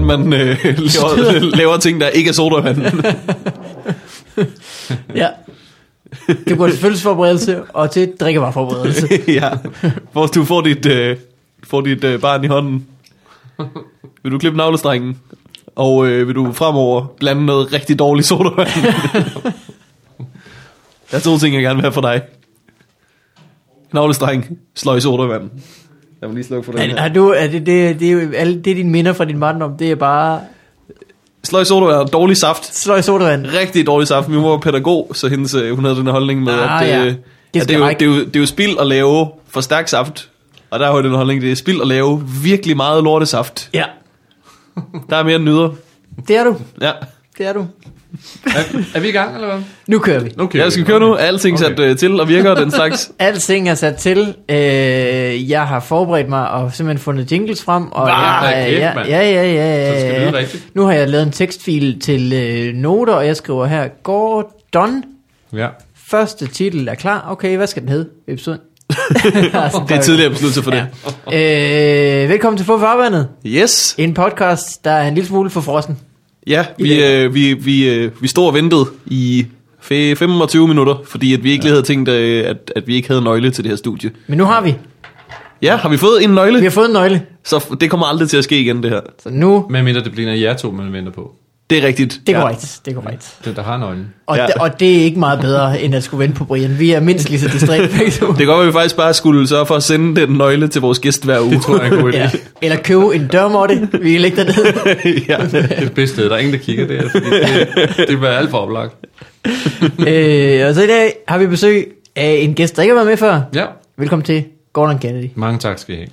man laver ting, der ikke er sodavand. Ja. Det går til følelsesforberedelse og til drikkevareforberedelse. Ja. Hvor du får dit barn i hånden. Vil du klippe navlestrengen? Og vil du fremover blande noget rigtig dårligt sodavand? Der er 2 ting, jeg gerne vil have for dig. Navlestreng, sløj sodavand. Jeg må lige slukke for den her. Det er jo alle det dine minder fra din barndom. Det er bare Sløj sodavand og dårlig saft. sløj sodavand. Rigtig dårlig saft. Min mor var pædagog, så hun havde den her holdning med, at det er jo spild at lave for stærk saft. Og der var den holdning, det er spild at lave virkelig meget lortesaft. Ja, Der er mere end nyder. det er du. Ja. Det er du. Er vi i gang, eller hvad? Nu kører vi. Okay. Jeg skal køre nu. Alting sat til og virker den slags. Alting er sat til. Jeg har forberedt mig og simpelthen fundet jingles frem. Og kæft, mand. ja. Så skal det lyde rigtigt. Nu har jeg lavet en tekstfil til noter, og jeg skriver her, Gordon. Ja. Første titel er klar. Okay, hvad skal den hedde? Episode. Det er tidligere besluttet for det. Velkommen til Få Farvandet. Yes. En podcast, der er en lille smule for frossen. Ja, vi stod og ventede i 25 minutter, fordi at vi ikke lige havde tænkt, at vi ikke havde nøgle til det her studie. Men nu har vi. Ja, har vi fået en nøgle? Vi har fået en nøgle. Så det kommer aldrig til at ske igen, det her. Så nu... Men mindre det bliver jer to, man venter på. Det er rigtigt. Det er korrekt. Det er korrekt. Den, der har nøglen. Og, Ja. og det er ikke meget bedre, end at skulle vente på Brian. Vi er mindst lige så distræt. Det kan godt være, at vi faktisk bare skulle sørge for at sende den nøgle til vores gæst hver uge. Det tror jeg er en god idé. Ja. Eller købe en dørmåtte. Vi kan lægge dernede. Ja. Det er det bedste sted. Der er ingen, der kigger der, fordi det bliver alt for oplagt. Og så i dag har vi besøg af en gæst, der ikke har været med før. Ja. Velkommen til Gordon Kennedy. Mange tak skal I have.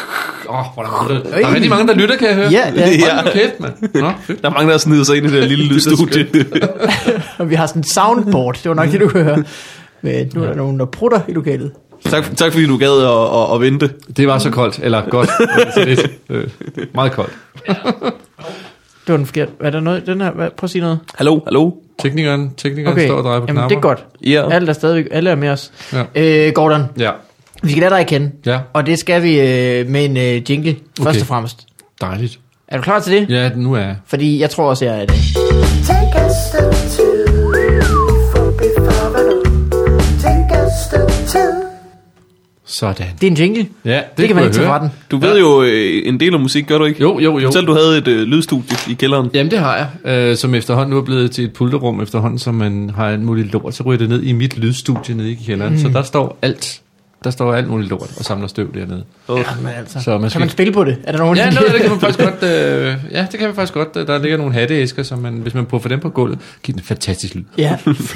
Der er rigtig mange, der lytter, kan jeg høre. Ja. Hold nu kæft, mand. Nå, fedt. Der er mange, der har snedet sig ind i det der lille lydstudie. Og vi har sådan en soundboard. Det var nok det, du kan høre. Men nu er der nogen, der prutter i lokalet. Tak fordi du gad at vente. Det var så koldt, eller godt. Så lidt, meget koldt. Det var den forkert. Hvad er der noget? Den her, prøv at sige noget. Hallo? Teknikeren Okay, står og drejer på knapper. jamen det er godt. Ja. Alle er med os. Ja. Gordon, Ja, vi skal lære dig at kende. ja, Og det skal vi med en jingle, først og fremmest. dejligt. Er du klar til det? Ja, nu er jeg. Fordi jeg tror også, jeg er det. Take a step two for before take a step two. Sådan. Det er en jingle. Ja, Det kan man ikke tage fra den. Du ved jo en del om musik, gør du ikke? Jo. Selv du havde et lydstudie i kælderen. Jamen det har jeg, som efterhånden nu er blevet til et pulterum efterhånden, som man har alt muligt lort, så ryger det ned i mit lydstudie nede i kælderen, så der står alt muligt lort og samler støv dernede. Jamen, altså. Så man Kan man spille på det? Er der nogen? Ja, noget af det kan man faktisk godt. Det kan man faktisk godt. Der ligger nogle hatteæsker, som man, hvis man puffer dem på gulvet, giver den en fantastisk lyd. Ja,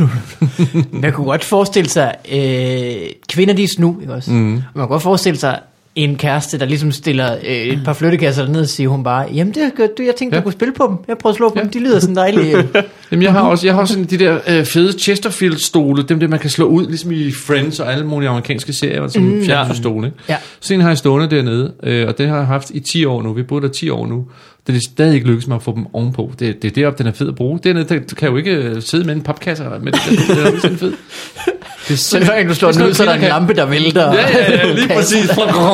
man kunne godt forestille sig, kvinder de er snu, ikke også? Man kan godt forestille sig en kæreste, der ligesom stiller et par flyttekasser dernede, og siger hun bare, jamen det er godt, jeg tænkte, du kunne spille på dem. Jeg prøver at slå på dem, de lyder sådan dejlige. Jamen jeg har også sådan de der fede Chesterfield-stole, dem der man kan slå ud, ligesom i Friends og alle mulige amerikanske serier, som fjernsynsstole, ikke? Ja. Så en har jeg stående dernede, og den har jeg haft i 10 år nu. Vi boede der 10 år nu. Det er stadig ikke lykkes mig at få dem ovenpå. Det er deroppe, den er fed at bruge. Dernede, der kan jo ikke sidde med en papkasse med det der. Det er sådan fed. Det er Så når du slår den ud, så er der en lampe, der vælter. Ja, lige præcis.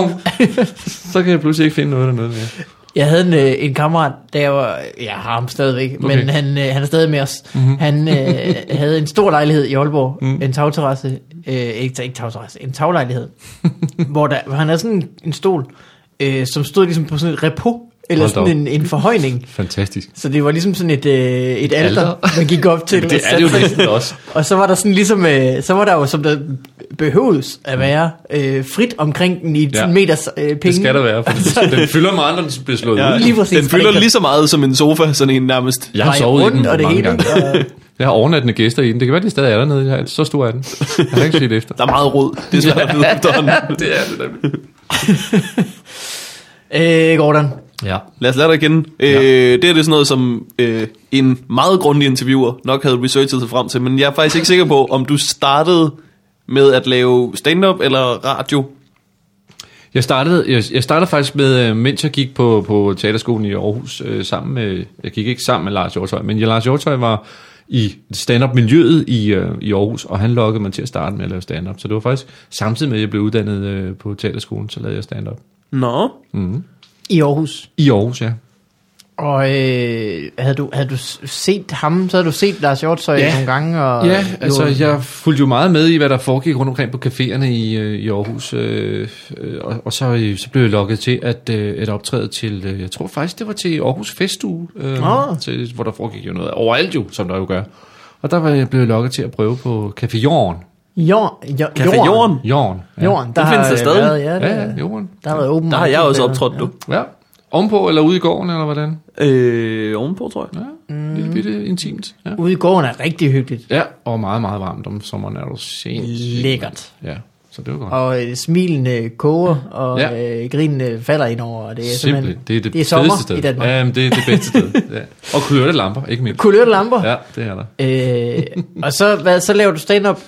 Så kan jeg pludselig ikke finde noget dernede mere. Jeg havde en kammerat, der jeg har ham stadigvæk, Okay. men han er stadig med os. Han havde en stor lejlighed i Aalborg, en tagterrasse, ikke tagterrasse, en taglejlighed, hvor han havde sådan en stol, som stod ligesom på sådan et repo, eller Hold sådan en forhøjning. Fantastisk. Så det var ligesom sådan et alter, man gik op til. Det er det jo næsten også. Og så var der sådan ligesom, så var der jo, som der behøves at være, frit omkring den i sådan meters penge. Det skal der være, for den fylder meget, når den bliver slået ud. Lige præcis. Den fylder lige så meget som en sofa, sådan en nærmest. Jeg har Drejer sovet i rundt, den og det mange hele, gange. Jeg har overnattende gæster i den. Det kan være, de stadig er dernede. Så stor er den. Jeg har ikke set efter. Der er meget rod. Det er svært at vide efterhånden. Det er det nemlig. Gordon. Ja. Lad os lade dig kende. Det er sådan noget, som en meget grundig interviewer nok havde researchet sig frem til, men jeg er faktisk ikke sikker på, om du startede med at lave stand-up eller radio. Jeg startede faktisk med, mens jeg gik på teaterskolen i Aarhus, sammen med, jeg gik ikke sammen med Lars Hjortøj, men Lars Hjortøj var i stand-up-miljøet i Aarhus, og han lokkede mig til at starte med at lave stand-up. Så det var faktisk samtidig med, at jeg blev uddannet på teaterskolen, så lavede jeg stand-up. Nå. I Aarhus. I Aarhus, ja. Og havde du set ham, så havde du set Lars Hjortshøj nogle gange? Og Ja, altså jeg fulgte jo meget med i, hvad der foregik rundt omkring på caféerne i Aarhus. Og så blev jeg lokket til at optræde til, jeg tror faktisk, det var til Aarhus Festuge, til, hvor der foregik jo noget overalt jo, som der jo gør. Og der var jeg blevet lokket til at prøve på Café Jorden. Café Jorden? Jorden. Ja. Jorden, der Den findes der stadig? Ja, Jorden. der har været åben. Der har jeg også optrådt, du. Ja. Ovenpå eller ude i gården, eller hvordan? Ovenpå, tror jeg. Ja, lidt bitte intimt. Ja. Ude i gården er rigtig hyggeligt. Ja, og meget, meget varmt om sommeren er du sindssygt. Lækkert. Ja, så det var godt. Og smilene koger, og grinene falder ind over. Og det er simpelthen. Det er sommer fedeste sted. i Danmark. Ja, men det er det bedste sted. Ja. Og kulørte lamper, ikke mindst. Kulørte lamper? Ja, det er der. Og så laver du stand-up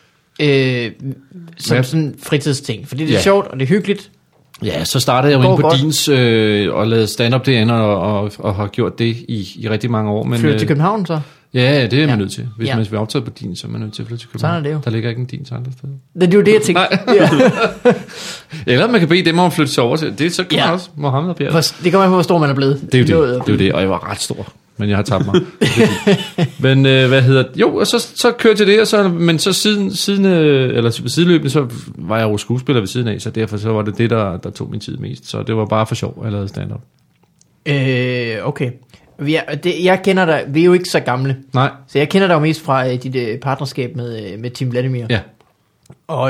som sådan en fritidsting. Fordi det er sjovt, og det er hyggeligt. Ja, så startede jeg jo inde på godt. Dins og lavede stand-up derinde, og har gjort det i rigtig mange år. Men, Flytte til København så? Ja, det er man nødt til. Hvis man vil optræde på Din, så er man nødt til at flytte til København. Sådan er det jo. Der ligger ikke en Dins andre steder. Det er jo det, jeg tænkte. Ja. Eller man kan bede dem om at flytte sig over til. Det så kan man også. Mohammed og Bjerg. Det kommer an på, hvor stor man er blevet. Det er jo det, og jeg var ret stor. Men jeg har tabt mig. Men hvad hedder det? Jo, og så kørte jeg det, men så sideløbende, så var jeg jo skuespiller ved siden af, så derfor så var det, der tog min tid mest. Så det var bare for sjov, at jeg lavede stand-up. Okay. Jeg kender dig, vi er jo ikke så gamle. Nej. Så jeg kender dig jo mest fra dit partnerskab med Tim Vladimir. Ja. Og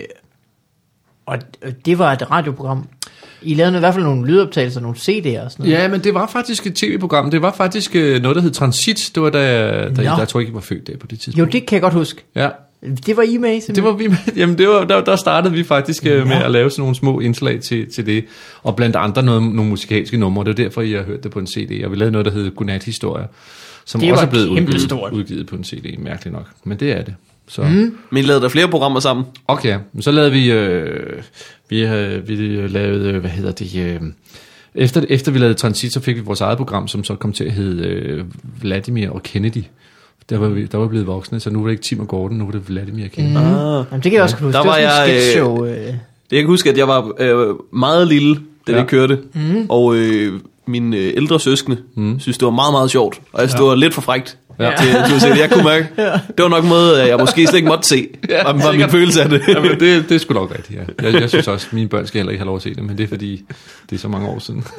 det var et radioprogram. I lavede i hvert fald nogle lydoptagelser, nogle CD'er og sådan noget. Ja, men det var faktisk et tv-program. Det var faktisk noget, der hed Transit. Det var da jeg tror ikke, jeg var født der på det tidspunkt. Jo, det kan jeg godt huske. Ja. Det var I med, simpelthen. Det var vi med. Jamen, der startede vi faktisk med at lave sådan nogle små indslag til det. Og blandt andre nogle musikalske numre. Det var derfor, I har hørt det på en CD. Og vi lavede noget, der hed Godnat-historier. Som det også er blevet udgivet på en CD, mærkeligt nok. Men det er det. Så. Men I lavede der flere programmer sammen? Okay, så lavede vi lavede, hvad hedder det, efter vi lavede Transit, så fik vi vores eget program, som så kom til at hedde Vladimir og Kennedy. Der var vi blevet voksne, så nu var det ikke Tim og Gordon, nu var det Vladimir og Kennedy. Jamen, det kan jeg også huske. Der var jeg, et sketchshow. Jeg kan huske, at jeg var meget lille, da det kørte, og mine ældre søskende synes, det var meget, meget sjovt, og jeg synes, det var lidt for frækt. Ja. Til at se det. Jeg kunne mærke, det var nok en måde, jeg måske slet ikke måtte se, var min følelse af det. Jamen, det er sgu nok rigtigt, ja. Jeg synes også, at mine børn skal heller ikke have lov at se det, men det er fordi, det er så mange år siden.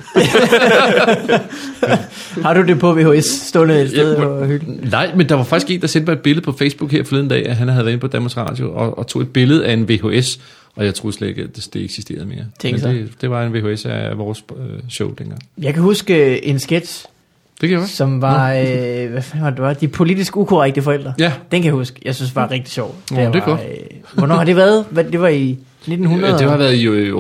Har du det på VHS stående et sted og hygge? Nej, men der var faktisk en, der sendte mig et billede på Facebook her forleden dag, at han havde været inde på Danmarks Radio og tog et billede af en VHS, og jeg troede slet ikke, at det eksisterede mere. Men det var en VHS af vores show dengang. Jeg kan huske en sketch, det kan jeg også. Som var, hvad fanden var det, var? De politisk ukorrekte forældre. Ja. Den kan jeg huske. Jeg synes var rigtig sjov. Det er godt. Hvornår har det været? Det var i 1900? Det har været i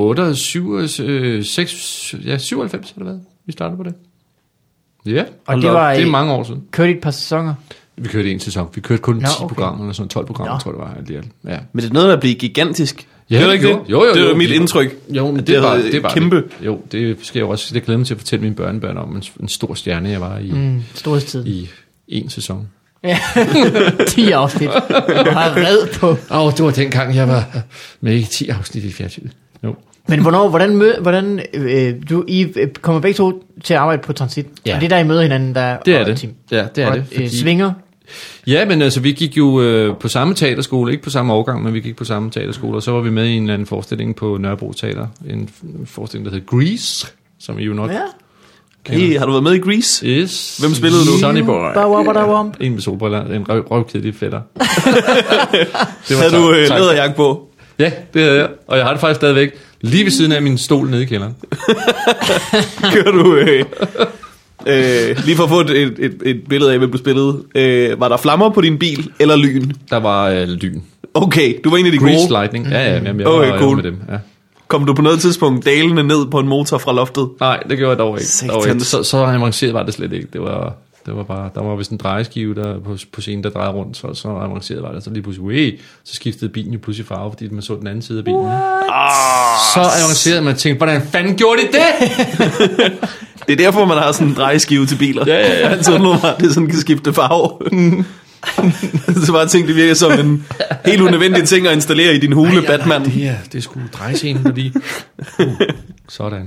97 har det været. Vi startede på det. Ja, og det er mange år siden. Kørte et par sæsoner? Vi kørte en sæson. Vi kørte kun 10 programmer, eller sådan 12 programmer, tror jeg det var. Ja. Men det er noget, der bliver gigantisk. Ja, det er ikke det? Jo, det er mit indtryk. Jo, men det var kæmpe. Det. Jo, det skal jeg også. Det glæder mig til at fortælle mine børnebørn om en stor stjerne, jeg var i. Storhedstid. I en sæson. Ja, 10 afsnit. Du har red på. Det var dengang, jeg var med i 10 afsnit i fjernsynet. Jo. Men hvordan I kommer begge to til at arbejde på Transit? Ja. Og det der, I møder hinanden, der det er det. Team. Ja, det er og, det. Fordi... Svinger? Ja, men altså, vi gik jo på samme teaterskole, ikke på samme årgang, men vi gik på samme teaterskole, og så var vi med i en eller anden forestilling på Nørrebro Teater, en forestilling, der hed Grease, som I jo nok kender. Hey, har du været med i Grease? Yes. Hvem spillede du? Sonny Boy. En med solbriller, en røvkedelig fætter. Havde du læderjakke på? Ja, det havde jeg, og jeg har det faktisk stadigvæk lige ved siden af min stol nede i kælderen. Kører du... lige for at få et billede af, hvem du spillede. Var der flammer på din bil, eller lyn? Der var lyn. Okay, du var en af de gode. Grease lightning. Ja, jeg var cool. med dem. Ja. Kom du på noget tidspunkt dalende ned på en motor fra loftet? Nej, det gjorde jeg dog ikke. Så avanceret var det slet ikke. Det var bare, der var vist en drejeskive der på scenen, der drejede rundt, så avanceret var det. Så lige pludselig, så skiftede bilen jo pludselig farve, fordi man så den anden side af bilen. Så avanceret, man tænkte, hvordan fanden gjorde de det? Det er derfor, man har sådan en drejeskive til biler. Ja. Så det sådan kan skifte farve. Så bare tænkte, det virker som en helt unødvendig ting at installere i din hule, Batman. Det er sgu drejescenen, fordi... Sådan.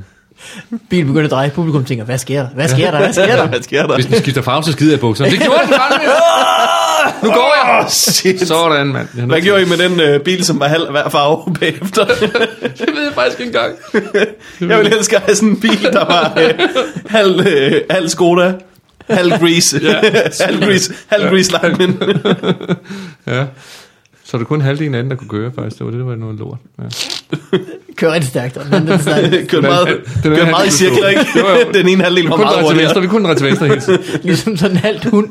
Bilen begynder at dreje, publikum tænker, hvad sker der? Hvad sker der? Hvad sker der? Hvad sker der? Hvis den skifter farve, så skider jeg i bukserne. Det gjorde den fandme! Nu går jeg! Shit. Sådan, mand. Hvad gjorde I med den bil, som var halv hver farve bagefter? Det ved jeg faktisk ikke engang. Jeg ville elske at have sådan en bil, der var halv Skoda, halv Grease, halv Grease Lightning. Ja. Så er det kun halvdelen af den, der kunne køre, faktisk. Det var noget lort. Ja. Kører rigtig stærkt. Kørte meget i cirkler, ikke? Den ene halvdel var meget hurtigere. Vi kunne dreje til venstre hele tiden. Ligesom sådan en halvt hund.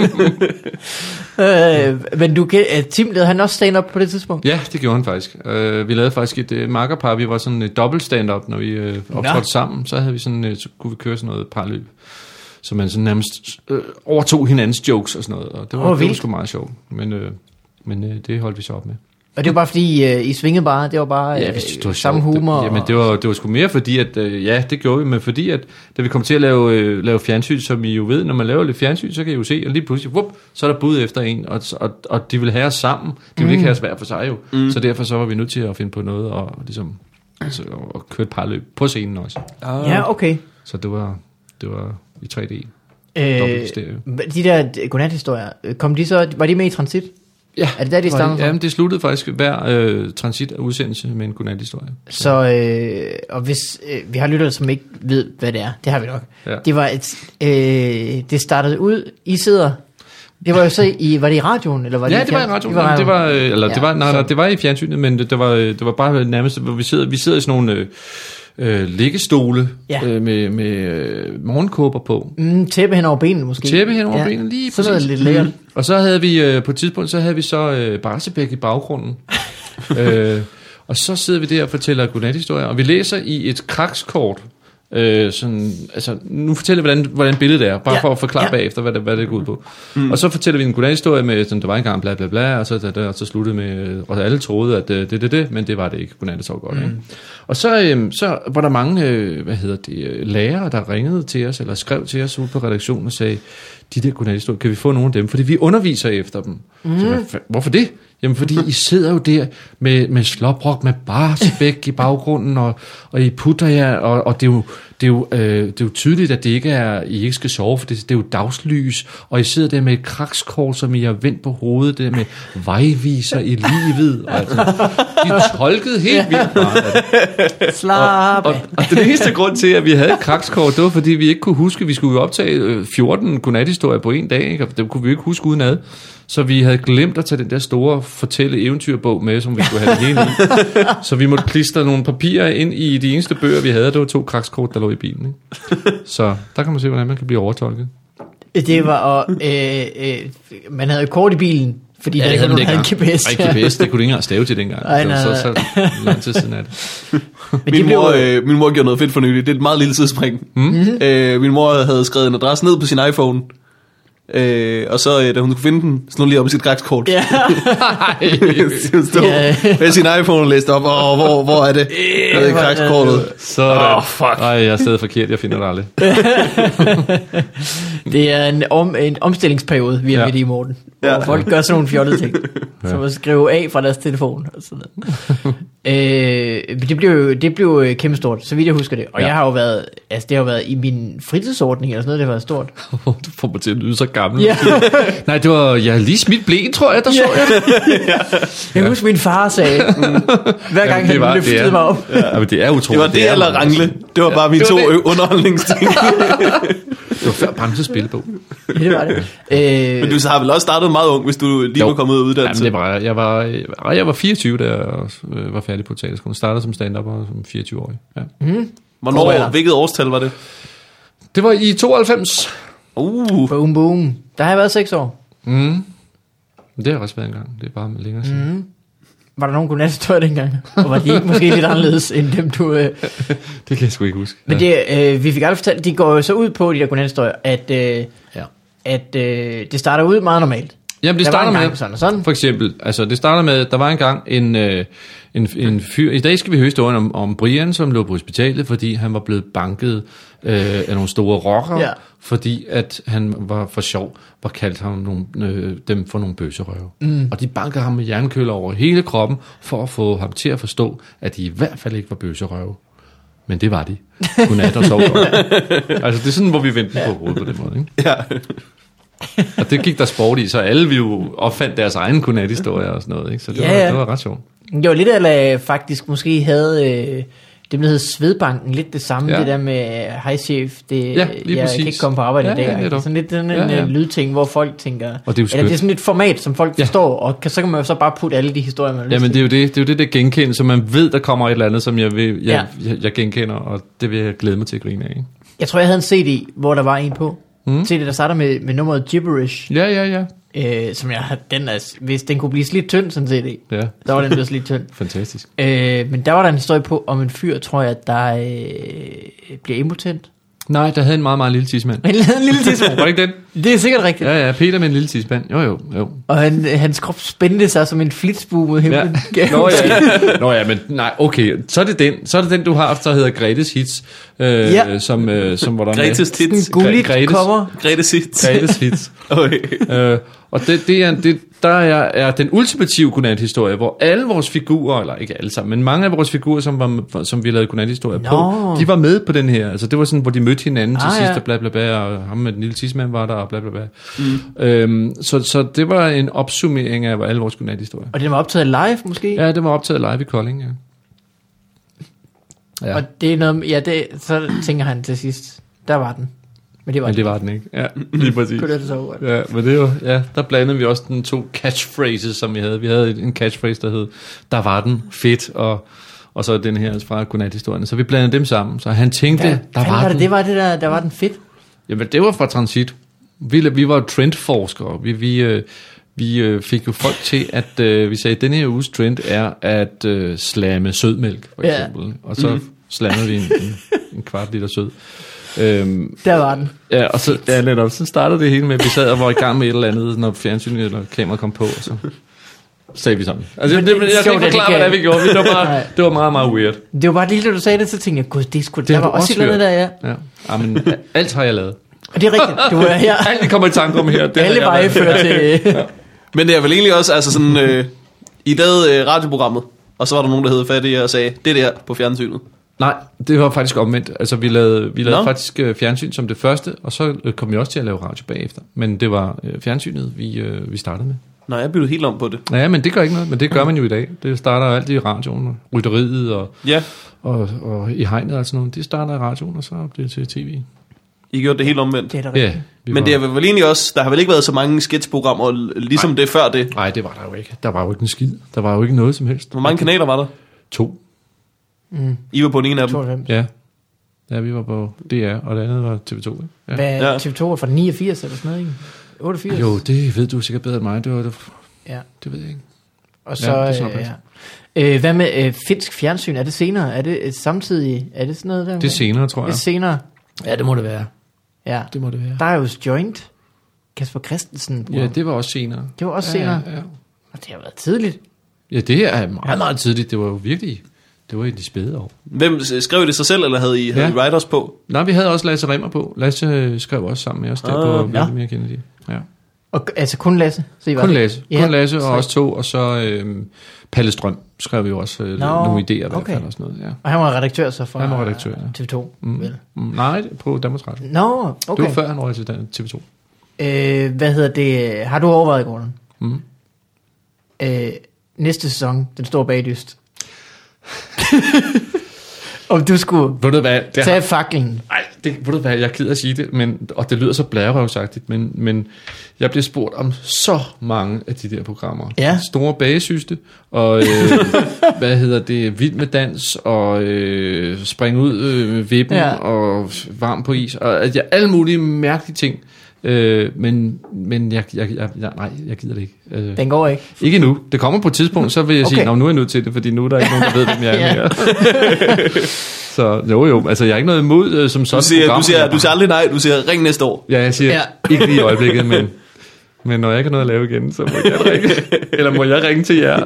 Men Tim lavede han også stand-up på det tidspunkt? Ja, det gjorde han faktisk. Vi lavede faktisk et makkerpar. Vi var sådan et dobbelt stand-up, når vi optrådte sammen. Så havde vi sådan, så kunne vi køre sådan noget parløb. Så man sådan nærmest overtog hinandens jokes og sådan noget. Og det var sgu meget sjovt. Men det holdt vi så op med. Og det var bare fordi, I svingede bare, det var bare samme humor? Jamen det var sgu mere fordi, at det gjorde vi, men fordi, at da vi kom til at lave fjernsyn, som I jo ved, når man laver lidt fjernsyn, så kan I jo se, og lige pludselig, så er der bud efter en, og de vil have os sammen, de vil ikke have os hver for sig jo, så derfor så var vi nødt til at finde på noget, og ligesom, og køre et par løb på scenen også. Ja, okay. Så det var i 3D. De der godnathistorier, var de med i Transit? Ja, er det der, de stammer fra? Jamen, det sluttede faktisk hver transit-udsendelse med en godnathistorie. Så, og hvis vi har lyttere, som ikke ved, hvad det er, det har vi nok. Ja. Det var det startede ud, I sidder, det var jo så var det i radioen? Eller var det det var i radioen. Det var i fjernsynet, men det var bare nærmest, hvor vi sidder i sådan nogle liggestole med morgenkåber på. Tæppe hen over benene måske. Tæppe hen over benene, lige præcis. Så er det lidt lækkert. Og så havde vi på et tidspunkt, Barsebæk i baggrunden. Og så sidder vi der og fortæller godnathistorier, og vi læser i et krakskort. Nu fortæller vi, hvordan billedet er, bare for at forklare bagefter, hvad det går ud på. Og så fortæller vi en godnathistorie med, sådan, der var engang bla bla bla, og så sluttede med, og alle troede, at det, men det var det ikke. Godnat, det så godt, ikke? Og så var der mange, lærere, der ringede til os, eller skrev til os ude på redaktionen og sagde, de der godnathistorier, kan vi få nogle af dem? Fordi vi underviser efter dem. Så, hvorfor det? Jamen, fordi I sidder jo der med sloprok, med Barsebæk i baggrunden, og I putter jer, og det er jo tydeligt, at det ikke er, I ikke skal sove, for det er jo dagslys, og I sidder der med et krakskort, som I har vendt på hovedet, der med vejviser i livet, og altså, de tolkede helt vildt meget. Slap og den eneste grund til, at vi havde et krakskort, det var, fordi vi ikke kunne huske, vi skulle jo optage 14 godnathistorier på en dag, ikke? Og dem kunne vi ikke huske udenad. Så vi havde glemt at tage den der store fortælle-eventyrbog med, som vi skulle have det hele i. Så vi måtte klistre nogle papirer ind i de eneste bøger, vi havde. Det var 2 krakskort, der lå i bilen. Ikke? Så der kan man se, hvordan man kan blive overtolket. Det var, man havde kort i bilen, fordi der ikke havde en GPS. Ikke GPS, det kunne du ikke engang stave til dengang. Så lang tid siden af det. Min mor gjorde noget fedt for nylig. Det er et meget lille sidespring. Min mor havde skrevet en adresse ned på sin iPhone. Og så da hun kunne finde den, så nu lige op i sit krakskort. Ja. Med sin iPhone og læste op, hvor er det? Det er krakskortet. Sådan. Fuck. Ej, jeg er stadig forkert, jeg finder det aldrig. Det er en omstillingsperiode, vi er midt i, Morten. Hvor folk gør sådan nogle fjollede ting. Som at skrive af fra deres telefon og sådan noget. Det blev kæmpestort, så vidt jeg husker det. Og jeg har jo været, altså det har jo været i min fritidsordning eller sådan noget, det har været stort. Du får mig til at lyde så gammel. Ja. Nej, det var, jeg havde lige smidt blæen, tror jeg, der så jeg. Jeg husker min far sagde, hver gang han løftede mig op. Ja, men det er utroligt. Det var det eller rangle. Det var bare mine 2 underholdningsting. Det var før branchespilbog. Det var det. Men du har vel også startet meget ung, hvis du lige var kommet ud af uddannelse? Jamen, jeg var 24, da jeg var færdig på teaterskolen. Startede som stand-up og som 24-årig. Ja. Hvilket årstal var det? Det var i 92. Boom, boom. Der har jeg været 6 år. Det har også været engang. Det er bare længere siden. Var der nogen godnathistorier dengang? Og var de ikke måske lidt anderledes end dem, du... Det kan jeg sgu ikke huske. Men det, vi fik aldrig fortalt, de går jo så ud på, de der godnathistorier, at det starter ud meget normalt. Jamen, det starter med, sådan. For eksempel, altså det starter med, der var engang en fyr, i dag skal vi høre historien om Brian, som lå på hospitalet, fordi han var blevet banket af nogle store rockere, fordi at han var for sjov, var kaldt ham dem for nogle bøsserøve. Og de bankede ham med jernkøller over hele kroppen, for at få ham til at forstå, at de i hvert fald ikke var bøsserøve. Men det var de. Godnat og sov godt. Altså, det er sådan, hvor vi vendte på hovedet på den måde, ikke? Ja. Og det gik der sport i, så alle vi jo opfandt deres egen godnathistorier og sådan noget, ikke? Så det, det var ret sjovt. Det var lidt af faktisk måske havde det, der hed Svedbanken, lidt det samme, det der med hej chef, det, jeg kan ikke komme på arbejde i dag. Det er sådan lidt en lydting, hvor folk tænker, og det er eller det er sådan et format, som folk forstår, og så kan man jo så bare putte alle de historier, man har lyst men det er jo det genkender, så man ved, der kommer et eller andet, som jeg genkender, og det vil jeg glæde mig til at grine af. Ikke? Jeg tror, jeg havde en CD, hvor der var en på. CD, der starter med nummeret Gibberish. Ja. Som jeg hvis den kunne blive slidt tynd, sådan CD. Ja. Der var den blevet slidt tynd. Fantastisk. Men der var der en historie på om en fyr, tror jeg, der bliver impotent. Nej, der havde en meget, meget lille tidsmand. En lille tidsmand. Var det ikke den? Det er sikkert rigtigt. Ja, Peter med en lille tidsmand. Jo. Og hans krop spændte sig som en flitsbue mod himlen. Nå ja, men nej, okay. Så er det den, du har haft, der hedder Gretes Hits. Som hvor der Gretes Hits. En gulligt cover. Gretes Hits. Gretes Hits. Okay. Og der er den ultimative godnat-historie, hvor alle vores figurer, eller ikke alle sammen, men mange af vores figurer, som vi lavede godnat-historier på, de var med på den her. Altså det var sådan, hvor de mødte hinanden til sidst, og bla bla bla, og ham med den lille tidsmand var der, og bla bla bla. Så det var en opsummering af alle vores godnat-historier. Og det var optaget live måske? Ja, det var optaget live i Kolding, ja. Og det er noget, så tænker han til sidst, der var den. Men det var den ikke. Ja, lige præcis. Ja, men det er jo, der blandede vi også den 2 catchphrases, som vi havde. Vi havde en catchphrase, der hed, der var den, fedt, og så den her fra godnat-historien. Så vi blandede dem sammen, så han tænkte, der var den. Det var det der var den fedt? Jamen, det var fra Transit. Vi var trendforskere. Vi fik jo folk til, at vi sagde, at denne her uges trend er at slamme sødmælk, for eksempel. Og så slammede vi en kvart liter sød. Der var den. Ja, og så startede det hele med, at vi sad og var i gang med et eller andet, når fjernsynet eller kameraet kom på, og så sagde vi sådan. Altså, jeg kan ikke forklare, hvad vi gjorde. Det var meget, meget weird. Det var bare lige, da du sagde det, så tænkte jeg, gud, der var også et eller andet der, ja. Men alt har jeg lavet. Og det er rigtigt. Du er her. Alt, det kommer i tanke om her. Det alle veje fører til... Ja. Men det er vel egentlig også, altså sådan, I lavede radioprogrammet, og så var der nogen, der hed fat i og sagde, det der på fjernsynet. Nej, det var faktisk omvendt. Altså, vi lavede faktisk fjernsyn som det første, og så kom vi også til at lave radio bagefter. Men det var fjernsynet, vi startede med. Nej, jeg byttede helt om på det. Ja, men det gør ikke noget, men det gør man jo i dag. Det starter jo altid i radioen, rytteriet og i hegnet og sådan noget. Det starter i radioen, og så bliver det til tv. I gjorde det helt omvendt. Det er da rigtigt. Men det er vel egentlig også, der har vel ikke været så mange sketchprogrammer, ligesom det før det? Nej, det var der jo ikke. Der var jo ikke en skid. Der var jo ikke noget som helst. Hvor mange kanaler var der? 2. I var på en af dem? 92. Ja, vi var på DR, og det andet var TV2. Ja. Hvad, TV2 var fra 89 eller sådan noget, ikke? 88? Jo, det ved du sikkert bedre end mig. Det ved jeg ikke. Og så, hvad med finsk fjernsyn? Er det senere? Er det samtidig? Er det sådan noget der? Det er senere, tror jeg. Det er senere? Ja, det må det være. Ja. Det må det være. Der er jo Joint. Kasper Christensen. Ja, det var også senere. Det var også senere? Ja. Og det har været tidligt. Ja, det er meget, meget tidligt. Det var jo virkelig... Det var i de spæde år. Hvem skrev det sig selv, eller havde I writers på? Nej, vi havde også Lasse Rimmer på. Lasse skrev også sammen med os der på Mere Kennedy. Ja. Og altså kun Lasse? Kun Lasse og os 2, og så Palle Strøm skrev vi jo også nogle idéer i hvert fald og sådan noget. Ja. Og han var redaktør så fra TV2? Vel? Nej, på Danmarks Radio. Nå, okay. Det var før han var til TV2. Hvad hedder det? Har du overvejet, Gordon? Næste sæson, Den Store Bagdyst. Om du skulle tage faklen. Nej, ved du hvad, jeg gider at sige det, og det lyder så blærerøvsagtigt, men jeg bliver spurgt om så mange af de der programmer. Ja. Store bagesyste, og Vild med dans, og Spring ud med vippen, og Varm på is, og alle mulige mærkelige ting. Men jeg gider det ikke. Den går ikke. Ikke endnu. Det kommer på et tidspunkt, så vil jeg sige, nu er jeg nødt til det, fordi nu er der ikke nogen, der ved, hvem jeg er mere. Så jo, altså jeg er ikke noget imod som sådan program. Du siger aldrig nej, du siger ring næste år. Ja, jeg siger ikke lige i øjeblikket, men når jeg ikke har noget at lave igen, så må jeg ringe. Eller må jeg ringe til jer?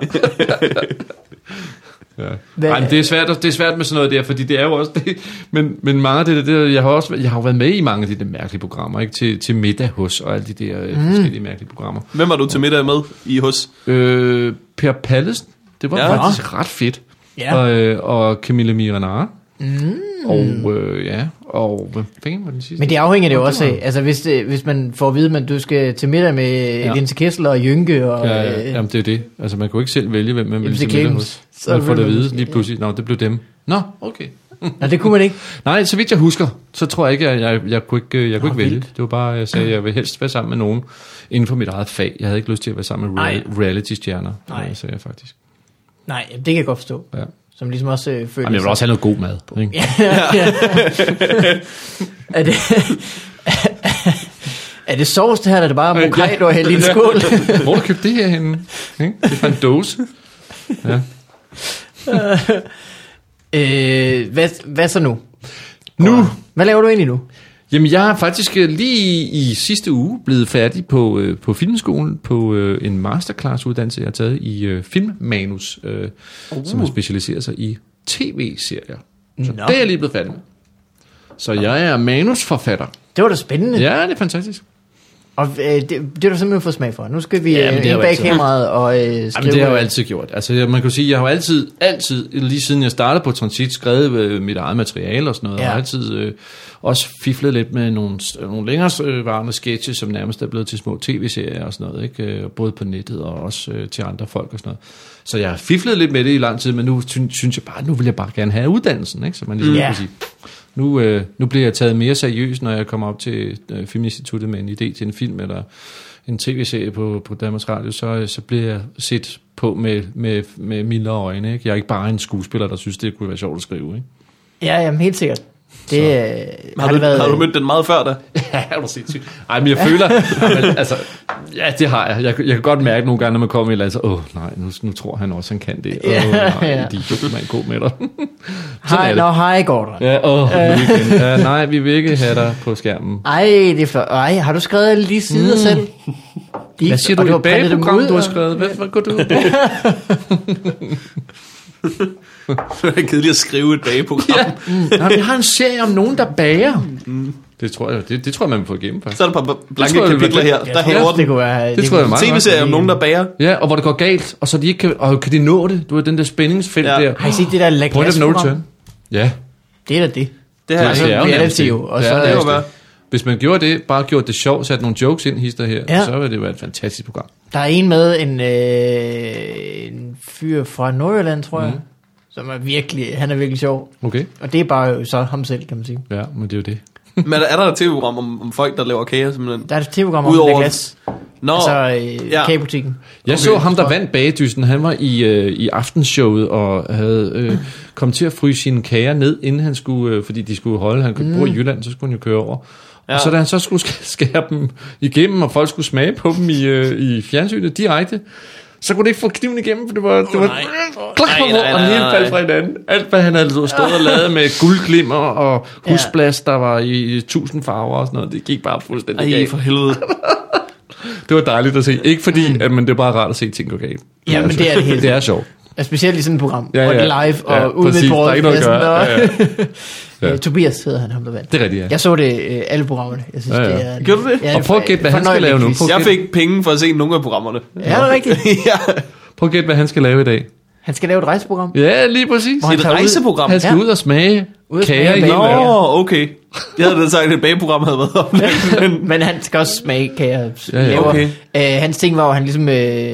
Ja. Nej, men det er svært med sådan noget der, fordi det er jo også det, men mange af det jeg har jo været med i mange af de der mærkelige programmer, ikke til middag hos og alle de der forskellige mærkelige programmer. Hvem var du til middag med i hos? Per Pallesen, det var faktisk ret fedt. Ja. Og Camilla Miranar, Og hvad fanden var den sidste? Men det afhænger det jo også af. Altså hvis man får at vide, at du skal til middag med Linse Kessler og Jynke og... Jamen det er det. Altså man kan jo ikke selv vælge, hvem man vil til MC middag Games. hos. Man får det at vide lige pludselig. Nå, det blev dem. Nå, okay. Nej, det kunne man ikke. Nej, så vidt jeg husker, så tror jeg ikke, at jeg kunne ikke vælge. vildt. Det var bare, jeg sagde, at jeg vil helst være sammen med nogen inden for mit eget fag. Jeg havde ikke lyst til at være sammen med reality-stjerner. Nej. Det sagde jeg faktisk. Nej, det kan jeg godt forstå. Ja. Som ligesom også føler Jamen, jeg vil også have noget god mad. Ikke? Er det sovs det her, eller er det bare Hokkaido og hælde i en skål? Hvor har du købt det her henne? Det er fra en dåse. Ja. Hvad så nu? Nu? Hvad laver du egentlig nu? Jamen, jeg er faktisk lige i sidste uge blevet færdig på filmskolen på en masterclass-uddannelse, jeg har taget i filmmanus, som har specialiseret sig i tv-serier. Så det er jeg lige blevet færdig med. Så jeg er manusforfatter. Det var da spændende. Ja, det er fantastisk. Og det har du simpelthen fået smag for. Nu skal vi ind bag altid kameraet og skrive... Jamen, det har jeg jo altid gjort. Altså, man kan sige, jeg har jo altid, lige siden jeg startede på Transit, skrevet mit eget materiale og sådan noget, og har altid også fiflet lidt med nogle længere varende sketches, som nærmest er blevet til små tv-serier og sådan noget, ikke? Både på nettet og også til andre folk og sådan noget. Så jeg har fiflet lidt med det i lang tid, men nu synes jeg bare, nu vil jeg bare gerne have uddannelsen, ikke? Så man ligesom kan sige... Nu bliver jeg taget mere seriøst, når jeg kommer op til Filminstituttet med en idé til en film eller en tv-serie på Danmarks Radio, så bliver jeg set på med mildere øjne. Ikke? Jeg er ikke bare en skuespiller, der synes, det kunne være sjovt at skrive. Ikke? Ja, jamen, helt sikkert. Har du mødt den meget før da? Ja, er du sindssygt. Ej, men jeg føler... altså, ja, det har jeg. Jeg kan godt mærke nogle gange, når man kommer i et eller andet, så, nej, nu tror han også, han kan det. Nej, idiot, man går med dig. Hej, Gordon. Ja, nej, vi vil ikke have dig på skærmen. Ej, det er flot. Ej, har du skrevet alle de sider selv? Hvad siger du i bageprogram, du har skrevet? Hvad går du ud på? Det er kedeligt at skrive et bageprogram. Ja. Vi har en serie om nogen, der bager. Det tror jeg, man vil få igennem faktisk. Så er der et par blanke kapitler her. Der hæver den. Det kunne være... Det tror jeg meget. TV-serie om nogen, der bager. Ja, og hvor det går galt, og så de ikke kan... Og kan de nå det? Du har den der spændingsfelt der. Har I set det der La Glace-program? Ja. Det er da det. Det her er jo. Og så det var hvis man gjorde det, bare gjorde det sjovt, satte nogle jokes ind hister her, så ville det være et fantastisk program. Der er en med en fyr fra Nordjylland, tror jeg, som er han er virkelig sjov. Okay. Og det er bare jo så ham selv, kan man sige. Ja, men det er jo det. Men er der et tv-program om folk, der laver kager simpelthen? Der er et tv-program om La Glace. Kagebutikken. Jeg så ham, der vandt bagedysten. Han var i aftenshowet og havde kommet til at fryse sine kager ned, inden han skulle, fordi de skulle holde. Han kunne bo i Jylland, så skulle han jo køre over. Ja. Og så da han så skulle skære dem igennem, og folk skulle smage på dem i fjernsynet direkte, så kunne det ikke få kniven igennem, for det var klak på hvor, og den hele faldt fra hinanden. Alt, hvad han havde stået og lavet med guldglimmer og husblast, der var i 1000 farver og sådan noget, det gik bare fuldstændig galt. For helvede. Det var dejligt at se. Ikke fordi, men det er bare rart at se ting gå galt. Ja, men det er det helt. Det er sjovt. Specielt i sådan et program, hvor det er live og ude med der er ikke noget at gøre. Tobias hedder han, ham der vandt. Det er rigtigt, ja. Jeg så det alle programmerne. Jeg synes, det er... Gjorde du det? Og prøv at gætte, hvad han skal lave nu. Jeg fik penge for at se nogle af programmerne. Ja, det er rigtigt. Prøv at gætte, hvad han skal lave i dag. Han skal lave et rejseprogram. Ja, lige præcis. Et rejseprogram? Han skal ud og smage kager i hele verden. Okay. Jeg havde da sagt, at et bageprogram havde været oplægt. Men han skal også smage kager. Okay. Hans ting var, at han ligesom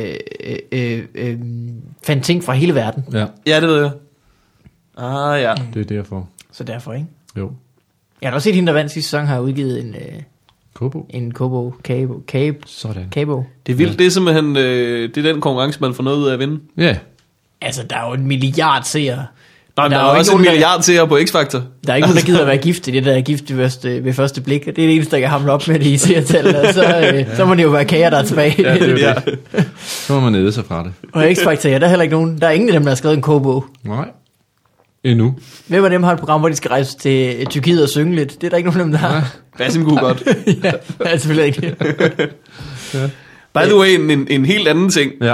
fandt ting fra hele verden. Ja, det ved jeg. Ja. Det er derfor. Så derfor, ikke? Jo. Jeg har også set hende, der vandt sidste sæson, har udgivet en Kobo. Sådan. Kabo. Det er vildt, det er simpelthen det er den konkurrence, man får noget ud af at vinde. Ja. Altså, der er jo 1 milliard seere. Nej, der er også 1 milliard seere på X-Factor. Der er ikke nogen, der gider at være gift i det, der er gift ved første blik. Og det er det eneste, der kan hamle op med det i seertallet. Så må det jo være kager, der er tilbage. Ja, det er det. Så må man nede sig fra det. Og X-Factor, der er heller ikke nogen. Der er ingen af dem, der har skrevet en kobo. Nej. Endnu. Hvem af dem har et program, hvor de skal rejse til Tyrkiet og synge lidt? Det er der ikke nogen af dem, der har. Basim kunne godt. Ja, det er selvfølgelig ikke. By the way, en helt anden ting. Ja.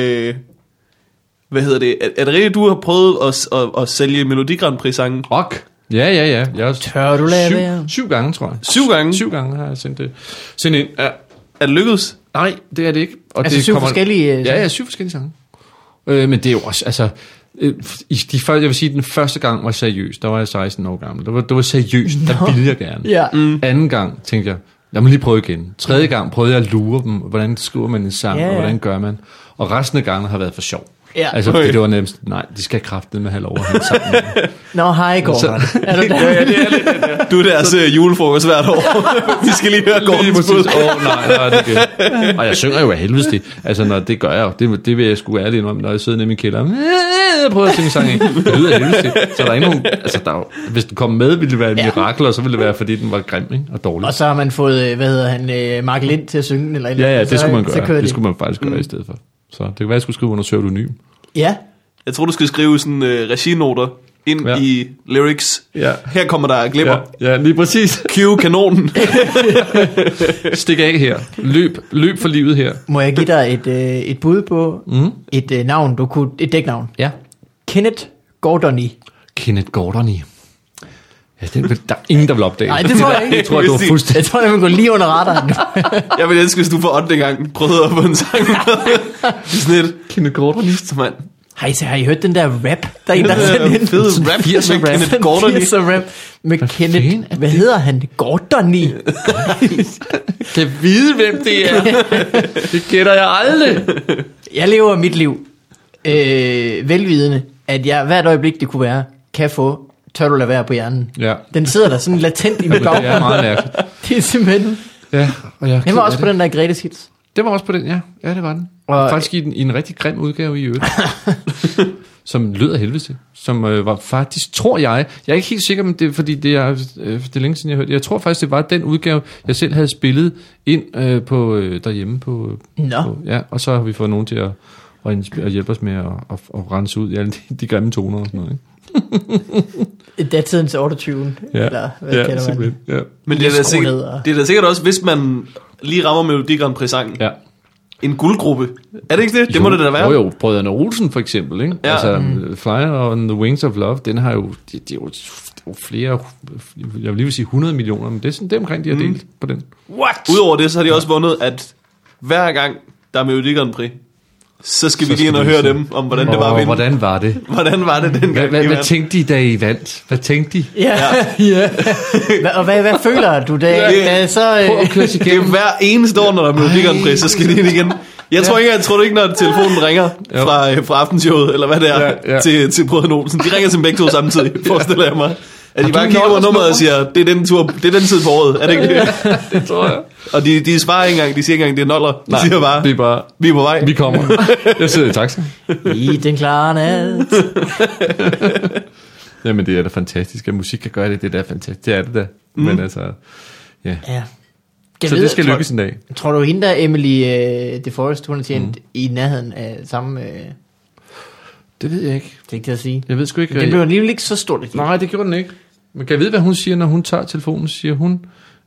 Hvad hedder det? Er det rigtigt, du har prøvet at sælge Melodi Grand Prix-sangen? Rock. Ja. Tør du lade være? 7 gange, tror jeg. 7 gange? 7 gange har jeg sendt ind. Ja. Er det lykkedes? Nej, det er det ikke. Og altså det 7 forskellige... Ja, 7 forskellige sange. Men det er jo også, altså... Jeg vil sige, den første gang var seriøs. Der var jeg 16 år gammel. Det var seriøst. Der ville jeg gerne. Ja. Anden gang tænkte jeg, lad mig lige prøve igen. Tredje gang prøvede jeg at lure dem. Hvordan skriver man en sang, og hvordan gør man? Og resten af gangen har været for sjov. Ja. Altså, fordi det var nærmest, nej, de skal kraftedeme med have lov at hænge sammen. Nå, hej Gordon. Er du der? Ja, det er lidt det der. Du er deres julefrokost hvert år. Vi skal lige høre Gordons bud. Nej, det er. Og jeg synger jo af helvedes det. Altså, når det gør jeg jo. Det vil jeg sgu ærligt indrømme, når jeg sidder nede i min kælder. Jeg prøver at synge sang, ikke? Det lyder af helvedes det. Så der er ikke nogen... Altså, hvis den kom med, ville det være et mirakel, og så ville det være, fordi den var grim, ikke? Og dårlig. Og så har man fået, Mark Lind til at synge den, eller Ja, det skulle man gøre. Det skulle man man faktisk gøre i stedet for. Så det kan være, jeg skulle skrive under pseudonym. Ja. Jeg tror, du skal skrive sådan reginoter ind i lyrics. Ja. Her kommer der glipper. Ja, lige præcis. Cue kanonen. Stik af her. Løb for livet her. Må jeg give dig et bud på et navn, et dæknavn? Ja. Kenneth Gordony. Kenneth Gordony. Ja, der er ingen, der vil opdage. Nej, det tror jeg ikke. Jeg tror, du var fuldstændig... Jeg tror, jeg vil gå lige under radaren. Jeg vil elske, hvis du for 8. gang prøvede at få en sang med. Sådan et Kenneth Gordony. mand. Har I hørt den der rap? Der er en, der har sendt ind. Fed rap med Kenneth Gordony. 80'er rap med Kenneth. Hvad hedder han? Gordony. Kan vide, hvem det er. Det gætter jeg aldrig. Jeg lever mit liv velvidende, at jeg hvert øjeblik, det kunne være, kan få tør du lade være på hjernen. Ja. Den sidder der sådan latent i mit bag. Det er meget mærkeligt. Det er simpelthen... Ja, og jeg Den var også på den der Gretes Hits. Det var også på den, ja. Ja, det var den. Og faktisk i en rigtig grim udgave i øvrigt. Som lød af helvede til. Som var faktisk, tror jeg er ikke helt sikker, men det er fordi, det er længe siden jeg hørte. Jeg tror faktisk, det var den udgave, jeg selv havde spillet ind på derhjemme på, ja, og så har vi fået nogen til at hjælpe os med at rense ud i alle de grimme toner og sådan noget, ikke? Datidens 28. Ja, eller hvad kalder man? Ja. Men det er da sikkert også, hvis man lige rammer Melodi Grand Prix-sangen. Ja. En guldgruppe. Er det ikke det? Det må det da være. Jo, Brødrene Olsen for eksempel, ikke? Ja. Altså, Fly on the Wings of Love, den har jo, det er jo flere, jeg vil lige vil sige 100 millioner, men det er sådan det omkring, de har delt på den. What? Udover det, så har de også vundet, at hver gang der er Melodi Grand Prix, så skal vi lige ind og høre dem, om hvordan det var at vinde. Hvordan var det? Hvordan var det dengang? Hvad tænkte de, da I vandt? Hvad tænkte de? Ja. Og hvad føler du, da så... Prøv at køre sig Det er hver eneste år, når der er Melodi Grand Prix, så skal de ind igen. Jeg tror du ikke, når telefonen ringer fra aftenshowet, eller hvad det er, til Brødrene Olsen. De ringer til begge to samtidig, forestiller jeg mig. At de bare kigger over nummeret og siger, det er den tid på året, er det ikke det? Det tror jeg. Og de svarer ikke engang, de siger ikke engang, det er noller. De siger bare, vi er på vej. Vi kommer. Jeg sidder i taxa. I den klare nat. Jamen det er da fantastisk, at musik kan gøre det, det er da fantastisk. Det er det da. Men altså, ja. Så det skal lykkes en dag. Tror du hende der, Emily DeForest, hun har tjent i nærheden af samme... Det ved jeg ikke. Det er ikke til at sige. Jeg ved sgu ikke. Det blev alligevel ikke så stort. Nej, det gjorde den ikke. Men kan jeg vide, hvad hun siger, når hun tager telefonen? Siger hun,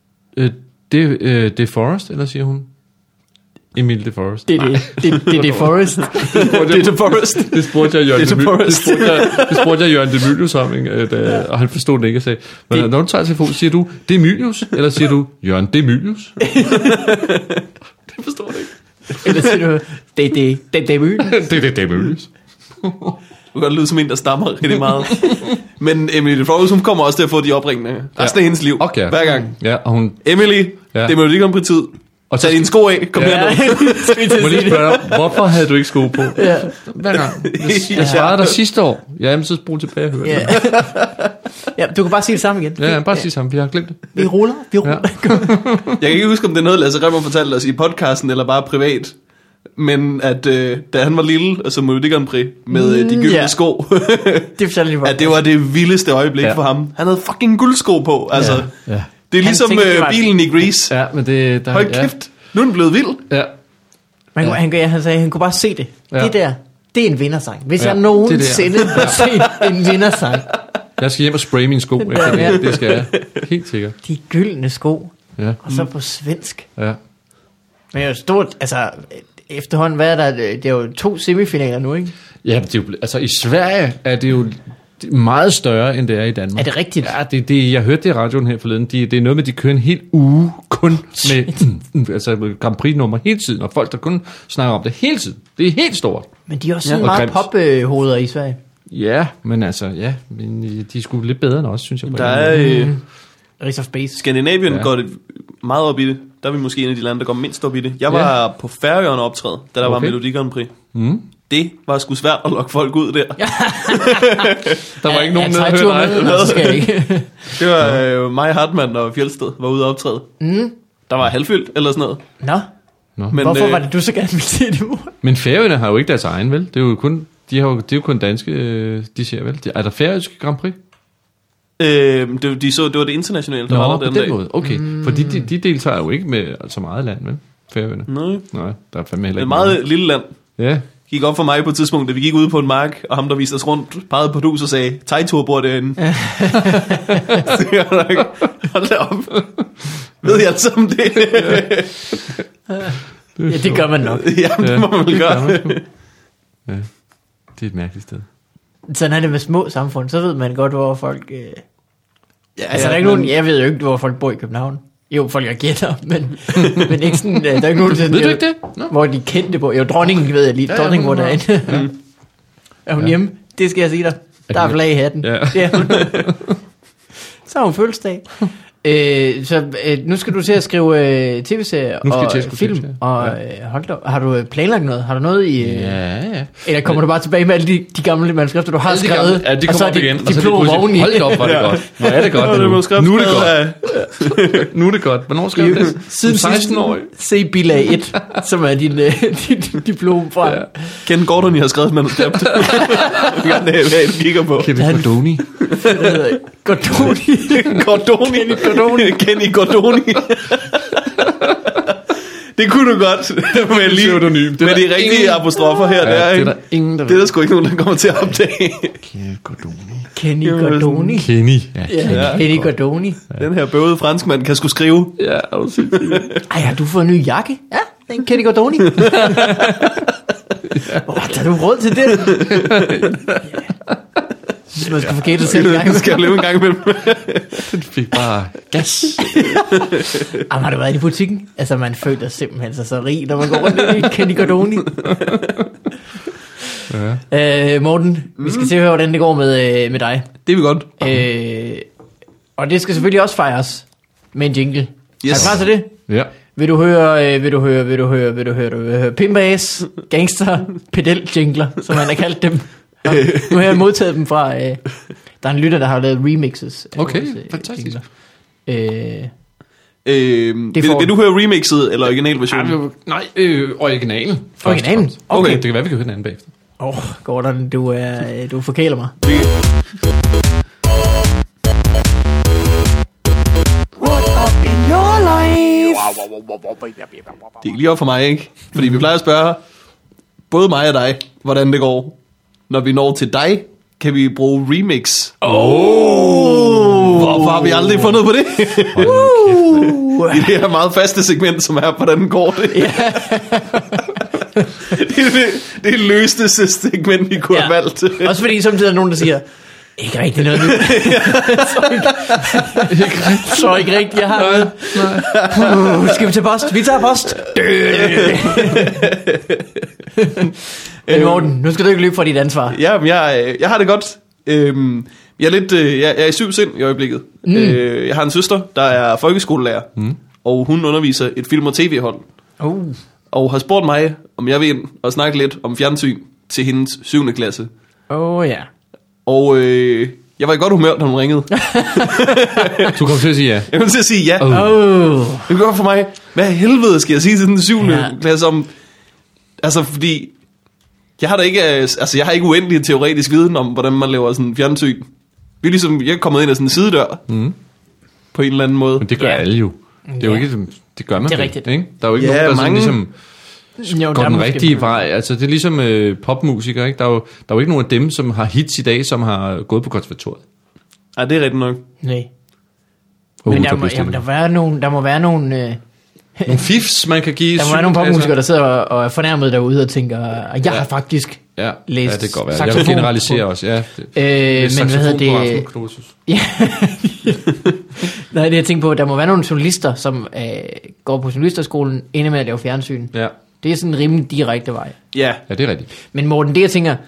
det er Forrest, eller siger hun Emil DeForest? Det er DeForest. Det er DeForest. Det spurgte jeg Jørgen Demilius om, ikke? Og han forstod det ikke og sagde, når du tager telefonen, siger du, det er Emilius, eller siger du, Jørgen Demilius? Det forstår jeg ikke. Eller siger du, det er Emilius? Det er Demilius. Du kan godt lyde som en, der stammer rigtig meget. Men Emily DeForest, hun kommer også til at få de opringninger. Resten af hendes liv. Okay. Hver gang. Ja, og hun... Emily, det er Melodi Grand Prix tid. Og tag dine sko af. Kom her nu. Må lige spørge dig, hvorfor havde du ikke sko på? Ja. Hver gang. Jeg svarede dig sidste år. Jeg er så spole tilbage og høre det. Ja, du kan bare sige det samme igen. Ja, bare sige det samme. Vi har glemt det. Vi ruller. Ja. Jeg kan ikke huske, om det er noget, Lasse Remmer fortalte os i podcasten, eller bare privat. Men at da han var lille, og så Melodi Grand Prix med de gyldne sko, at det var det vildeste øjeblik for ham. Han havde fucking guldsko på. Altså, det er ligesom bilen i Grease. Ja, men det... Hold kæft, nu er den blevet vild. Ja. Han sagde, han kunne bare se det. Ja. Det er en vindersang. Hvis jeg nogensinde har set en vindersang. Jeg skal hjem og spraye mine sko. Det skal jeg. Helt sikkert. De gyldne sko. Ja. Og så på svensk. Ja. Men det er jo stort, altså... Efterhånden, hvad er der? Det er jo 2 semifinaler nu, ikke? Ja, det er jo, altså i Sverige er det jo meget større, end det er i Danmark. Er det rigtigt? Ja, jeg hørte det i radioen her forleden. Det er noget med, de kører en hel uge kun med altså Grand Prix-nummer hele tiden, og folk, der kun snakker om det hele tiden. Det er helt stort. Men de er også sådan meget pop-hoveder i Sverige. Ja, men altså, ja, men de er sgu lidt bedre end os, synes jeg. På Der en er... eller anden måde. Race of Space. Skandinavien Ja. går det meget op i det. Der er vi måske en af de lande, der går mindst op i det. Jeg var på Færøerne optræde, da der var Okay. Melodi Grand Prix. Mm. Det var sgu svært at lokke folk ud der. Der var ikke nogen, der der hørte dig. med, så skal jeg ikke. Det var mig, Hartmann og Fjeldsted var ude at optræde. Der var halvfyldt eller sådan noget. Nå, Men, hvorfor var det, du så gerne ville se det? Men Færøerne har jo ikke deres egen, vel? Det er jo kun, det er jo kun danske, de ser, vel? Er der færøske Grand Prix? det var det internationale, der var der på den den dag. måde. Okay, for de deltager jo ikke med så meget land, vel? Færøerne. Nej, der er fandme heller Det er ikke et meget lille land. Ja. Gik op for mig på et tidspunkt, da vi gik ud på en mark, og ham, der viste os rundt, pegede på dus og sagde, Tejtur bor derinde. Så jeg var nok, hold da op. Ved jeg altså om det? Ja, det gør man nok. Ja, det må man vel gøre. Ja, det er et mærkeligt sted. Sådan er det med små samfund, så ved man godt, hvor folk... Ja, altså, der er ikke nogen... Jeg ved jo ikke, hvor folk bor i København. Jo, folk jeg gætter, men ikke sådan... Der er ikke nogen... Ved du ikke det? No. Hvor de kendte bor. Jo, dronningen ved jeg lige. Dronningen bor derinde. Er hun hjemme? Det skal jeg sige dig. Der er flag i hatten. Ja. Ja. Så har hun fødselsdag. Nu skal du til at skrive tv-serier Nu skal jeg til og at skrive film. tv-serier. Og hold da, har du planlagt noget? Har du noget i... Ja. Eller kommer du bare tilbage med alle de gamle manuskrifter, du har skrevet? Ja, det og så kommer er op igen. de blå vogne i. Hold da op, hvor er det godt. Hvor er det godt. det nu. var skrevet Nu er det af- godt. Nu er det godt. Hvornår skrev du det? Siden 16 år. Se bilag 1, som er din diplom fra. Ja. Ken Gordon, jeg har skrevet et manuskript. Jeg vil gerne have, hvad du kigger på. Kevin Cordoni. Gordoni. Gordoni. Kenny Gordoni. Det kunne du godt med, lige, Pseudonym. med de rigtige apostrofer her. Ja, der, det er ikke? der ingen, der Det er der sgu ikke nogen, der kommer til at opdage. Kevin Cordoni. Kenny Gordoni. Kenny. Ja, Kenny Gordoni. Den her bøvede franskmand kan sgu skrive. Ja, er du sindssygt. Ej, har du fået en ny jakke? Ja, det er en Kenny Gordoni. Tager du råd til det? Man skal forkæle sig selv en gang. Det skal jeg leve en gang imellem. Den fik bare gas. Har du været i butikken? Altså, man føler simpelthen sig så rig, når man går rundt i Kenny Gordoni. Ja. Morten, vi skal til at høre, hvordan det går med dig. Det er vi godt. Og det skal selvfølgelig også fejres med en jingle. Yes. Er du klar til det? Ja. Vil du høre Pimbas, gangster, pedel jingler, som man har kaldt dem. Og nu har jeg modtaget dem fra, der er en lytter, der har lavet remixes. af Okay, vores, fantastisk. jingler. Vil du høre remixet eller originalversionen? Nej, originalen. Originalen? Okay, det kan være, vi kan høre den anden bagefter. Gordon, du forkæler mig. What up in your life? Det er lige op for mig, ikke? Fordi vi plejer at spørge både mig og dig, hvordan det går. Når vi når til dig, kan vi bruge remix. Hvorfor har vi aldrig fundet på det? I det her meget faste segment, som er, hvordan går det? det er det løseste segment, vi kunne have valgt. Også fordi samtidig er der nogen, der siger, ikke rigtig noget nyt. Så ikke rigtigt, jeg har noget. Skal vi tage post? Vi tager post. Men Morten, nu skal du ikke løbe fra dit ansvar. Ja, men jeg har det godt. Jeg er lidt, jeg er i syv sind i øjeblikket. Jeg har en søster, der er folkeskolelærer, og hun underviser et film- og tv-hold. Og har spurgt mig, om jeg vil ind og snakke lidt om fjernsyn til hendes 7. klasse. Ja. Og jeg var i godt humør, da hun ringede. Du kom til at sige ja. Jeg kom til at sige ja. Oh. Det går for mig. Hvad helvede skal jeg sige til den 7. klasse om? Altså, fordi jeg har da ikke, jeg har ikke uendelig teoretisk viden om, hvordan man laver sådan fjernsyn. Vi er ligesom, jeg er kommet ind af sådan en sidedør. På en eller anden måde. Men det gør alle jo. Det er jo ikke, det gør man. Det er vel, rigtigt. ikke? Der er jo ikke nogen, der sådan ligesom går den rigtige vej. Altså, det er ligesom popmusikere, ikke? Der er jo ikke nogen af dem, som har hits i dag, som har gået på konservatoriet. Ja, det er rigtigt nok. Nej. Men der må være nogle... Nogle fifs, man kan give. Der må være nogle popmusikere, der sidder og er fornærmet derude og tænker, jeg har faktisk læst det kan godt være. saxofon. Jeg vil generalisere også, ja. Men hvad hedder det? Ja. Nej, det jeg tænker på, der må være nogle journalister, som går på journalisterskolen, inde med at lave fjernsyn. Ja. Det er sådan en rimelig direkte vej. Ja. Ja, det er rigtigt. Men Morten, det jeg tænker,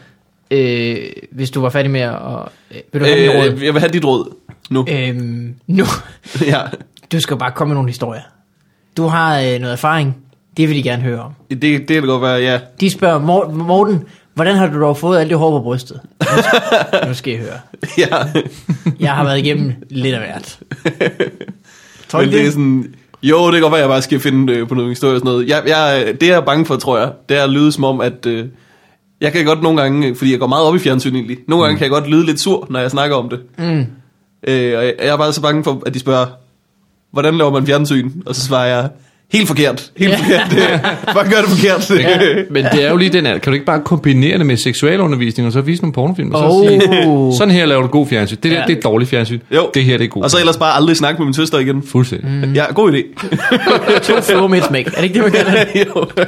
hvis du var færdig med at... vil du have min råd? Jeg vil have dit råd nu. Nu. Ja. Du skal bare komme med nogle historier. Du har noget erfaring. Det vil de gerne høre om. Det kan godt være, ja. De spørger, Morten, hvordan har du dog fået alt det hår på brystet? Nu skal I høre. Ja. Jeg har været igennem lidt af hvert. Tror Men du det er sådan... Jo, det kan godt være, jeg bare skal finde på nogle historier og sådan noget. Det jeg er bange for, tror jeg, det er at lyde som om, at... jeg kan godt nogle gange, fordi jeg går meget op i fjernsyn egentlig, nogle gange kan jeg godt lyde lidt sur, når jeg snakker om det. Og jeg er bare så bange for, at de spørger, hvordan laver man fjernsyn? Og så svarer jeg, helt forkert. Bare gør det forkert. Ja, men det er jo lige den her. Kan du ikke bare kombinere det med seksualundervisning, og så vise nogle pornofilm, og så sige, sådan her laver du god fjernsyn. Det der, det er dårligt fjernsyn. Jo. Det her, det er god. Og så ellers bare aldrig snakke med min søster igen. Fuldstændig. Ja, god idé. 2 fluer med et smæk. Er det ikke det, man kalder det?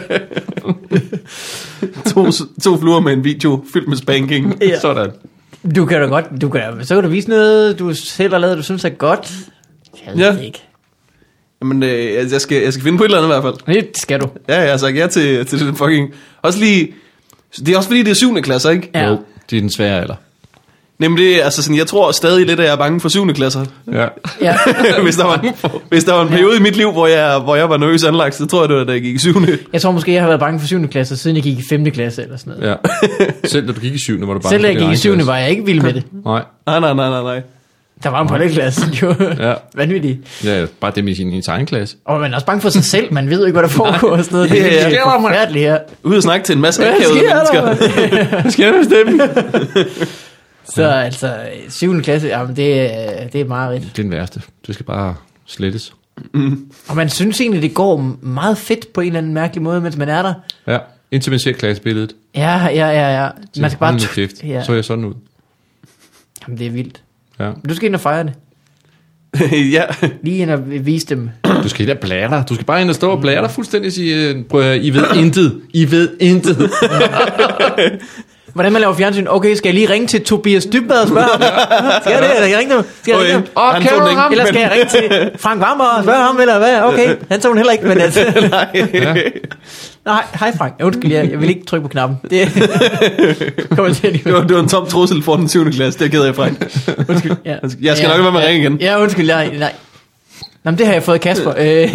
Jo. to fluer med en video fyldt med spanking. Ja. Sådan. Du kan da godt, så kan du vise noget, du selv har lavet, du synes er godt. Jeg ved ikke. Jamen, jeg skal finde på et eller andet i hvert fald. Det skal du. Ja, jeg har sagt ja til den fucking... Også lige... Det er også fordi, det er 7. klasse, ikke? Ja. Jo, det er den svære alder. Nemlig, altså sådan, jeg tror stadig lidt, at jeg er bange for 7. klasser. Ja. hvis der var en periode i mit liv, hvor jeg var nervøs anlagt, så tror jeg, det var, da jeg gik i 7. Jeg tror måske, jeg har været bange for 7. klasse, siden jeg gik i 5. klasse eller sådan noget. Ja. Selv da du gik i 7. var du bange Selv da jeg for gik i 7. var jeg ikke vild med det. Nej. Nej. Der var en parallelklasse, jo. Ja. Vanvittigt. Ja, bare det med sin egen klasse. Og man er også bange for sig selv, man ved jo ikke, hvad der foregår og sådan noget. Ja, Det er forfærdeligt her. Ude og snakke til en masse akavede mennesker. Hvad sker der med stemmen? Så altså, 7. klasse, jamen det er meget rigtigt. Det er den værste. Det skal bare slettes. Og man synes egentlig, det går meget fedt på en eller anden mærkelig måde, mens man er der. Ja, indtil man ser klassebilledet. Ja. Man skal bare... Ja. Så er jeg sådan ud. Jamen det er vildt. Ja. Du skal ind og fejre det. Ja. Lige ind og vise dem. Du skal ind og blære dig. Du skal bare ind og stå og blære dig fuldstændig og sige, I ved intet. I ved intet. Hvordan man laver fjernsyn. Okay, skal jeg lige ringe til Tobias Dybvad og spørge ham? Skal jeg det? Eller skal jeg ringe til ham? Skal jeg ringe til ham? Kan du ham? Eller skal jeg ringe til Frank Vammer og spørge ham? Eller hvad? Okay, han så hun heller ikke. Men altså. Nej, hej Frank. Undskyld, jeg vil ikke trykke på knappen. Det var en tom trussel for den 7. klasse. Det er ked af, Frank. Undskyld. Ja. Jeg skal nok være med at ringe igen. Ja, undskyld. Nej. Jamen, det har jeg fået Kasper.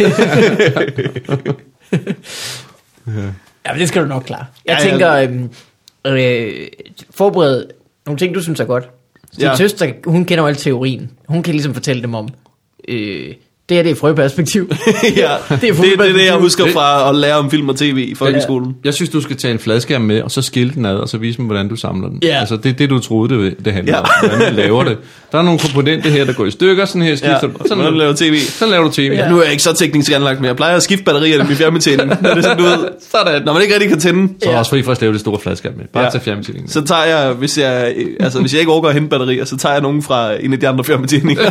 Ja, men det skal du nok klare. Jeg tænker, forbered nogle ting, du synes er godt. Din søster, hun kender jo alt teorien. Hun kan ligesom fortælle dem om, det er frøperspektiv. Ja, det er det, jeg husker fra at lære om film og tv i folkeskolen. Jeg synes, du skal tage en fladskærm med, og så skille den ad, og så vise dem, hvordan du samler den. Ja. Altså, det er det, du troede, det handler om. Hvordan man laver det. Der er nogle komponenter her, der går i stykker, sådan her skifter du. Sådan laver tv. Så laver du tv. Ja. Nu er jeg ikke så teknisk anlagt, men jeg plejer at skifte batterierne i min fjernbetjening. Det er sådan, du ved, når man ikke rigtig kan tænde. Så er også fri for at lave det store fladskærm med. Bare tage fjernbetjeningen. Så tager jeg, hvis jeg ikke overgår at hente batterier, så tager jeg nogen fra en af de andre fjernbetjeninger.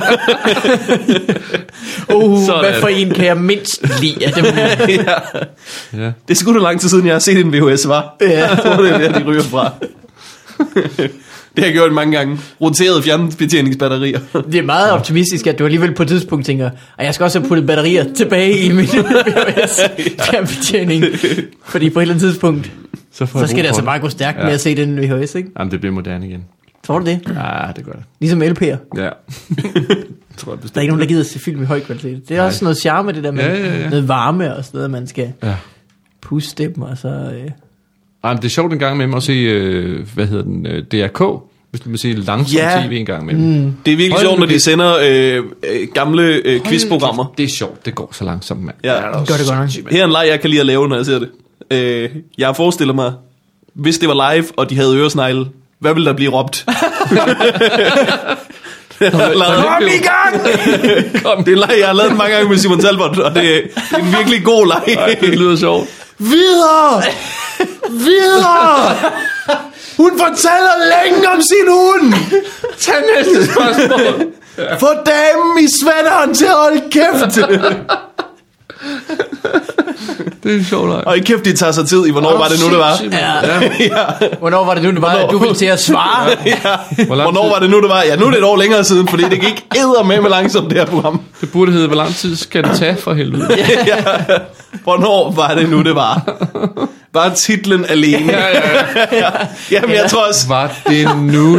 Hvad for en kan jeg mindst lide af dem? Ja. Det er sgu da lang tid siden, jeg har set en VHS, var. Ja. Jeg tror, det er der, de ryger fra. Det har jeg gjort mange gange. Roteret fjernbetjeningsbatterier. Det er meget optimistisk, at du alligevel på et tidspunkt tænker, at jeg skal også have puttet batterier tilbage i min VHS fjernbetjening. Fordi på et eller andet tidspunkt, så skal det altså bare gå stærkt med at se den VHS, ikke? Jamen, det bliver moderne igen. Tror du det? Ja, det gør det. Ligesom LP'er. Ja. Der er ikke nogen, der gider at se film i høj kvalitet. Det er også noget charme, det der med noget varme og sådan noget, man skal puste dem, og så... Jamen, det er sjovt en gang med at se, DRK, hvis du vil se langsom tv en gang med. Det er virkelig sjovt, når de sender gamle quizprogrammer. Det er sjovt, det går så langsomt, mand. Ja, gør det godt. Her er en leg, jeg kan lide at lave, når jeg ser det. Jeg forestiller mig, hvis det var live, og de havde øresnegle, hvad ville der blive råbt? Kom i gang! Det er en leg, jeg har lavet mange gange med Simon Talbot, og det er en virkelig god leg. Det lyder sjovt. Videre! Hun fortæller længe om sin hund! Tag næste spørgsmål. Få damen i sweateren til at holde kæft! Det er en sjov leg. Og i kæft, de tager sig tid i, hvornår var det nu, det var. Ja. Hvornår var det nu, det var, du ville til at svare? Hvornår var det nu, det var? Ja, nu er det et år længere siden, fordi det gik eddermame langsomt, det her program. Det burde hedde, hvor lang tid skal det tage for helvede? Hvornår var det nu, det var? Bare titlen alene. Jamen, jeg tror også... Var det nu?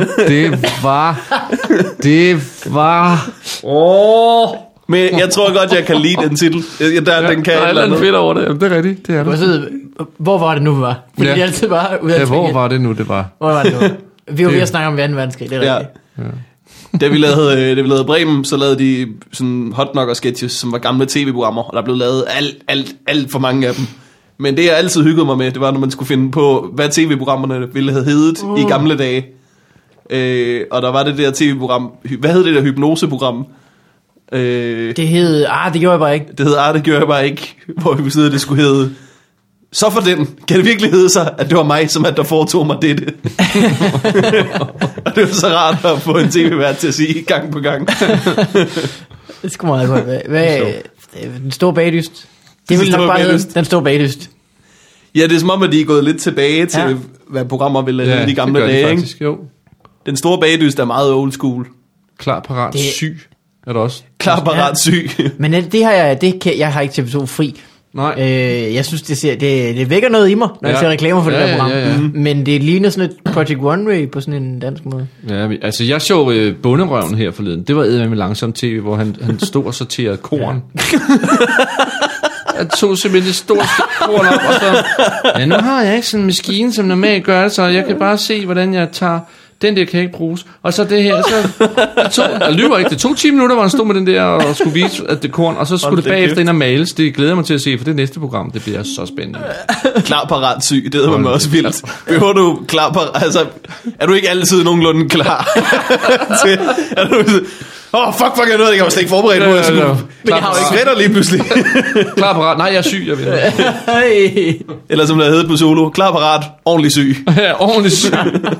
Det var... Men jeg tror godt, jeg kan lide den titel. Den kan der er et eller andet fedt over det. Jamen, det er rigtigt, det er det. Hvor var det nu, vi var? Fordi Ja. det altid var ud af Ja, hvor var det nu, det var? Hvor var det nu? Vi var ved at snakke om 2. verdenskrig, det er rigtigt. Da vi lavede Bremen, så lavede de sådan hotnugger sketches, som var gamle tv-programmer, og der blev lavet alt for mange af dem. Men det jeg altid hyggede mig med, det var, når man skulle finde på, hvad tv-programmerne ville have heddet i gamle dage. Og der var det der tv-program, hvad hed det der hypnoseprogram? Det hed, det gjorde jeg bare ikke. Det hed det gjorde jeg bare ikke, hvor episode det skulle hedde. Så for den, kan det virkelig hedde sig, at det var mig, som at der foretog mig dette? Og det var så rart at få en tv-vært til at sige gang på gang. Det skulle meget godt være. Hvad, den store bagdyst. Det ville nok bare hedde den store bagdyst. Ja, det er som om, at de er gået lidt tilbage til, hvad programmer ville have de gamle dage. Faktisk, ikke? Jo. Den store bagdyst er meget old school. Klar, parat, syg er der også. Klar, parat, syg. Men jeg har ikke TV2 fri. Nej. Jeg synes, det vækker noget i mig, når jeg ser reklamer for det der program. Ja. Men det ligner sådan et Project Runway på sådan en dansk måde. Ja, altså jeg så Bonderøven her forleden. Det var eddermame langsomt tv, hvor han stod og sorterede korn. Jeg tog simpelthen et stort korn op, og så... nu har jeg ikke sådan en maskine, som normalt gør det, så jeg kan bare se, hvordan jeg tager... Den der kan ikke bruges. Og så det her, jeg lyver ikke, det tog 10 minutter, hvor han stod med den der og skulle vise, at det er korn, og så skulle det bagefter ind og males. Det glæder jeg mig til at se, for det næste program, det bliver så spændende. Klar, parat, syg, det hedder man også vildt. Behøver du klar, parat, altså, er du ikke altid nogenlunde klar til, er du, fuck, jeg nåede, jeg var slet ikke forberedt nu, jeg skulle, men jeg har jo ikke svætter lige pludselig. Klar, parat, nej, jeg er syg, jeg ved. Eller som der hedder på solo, klar, parat, ordentlig syg. Ja, ordentlig syg.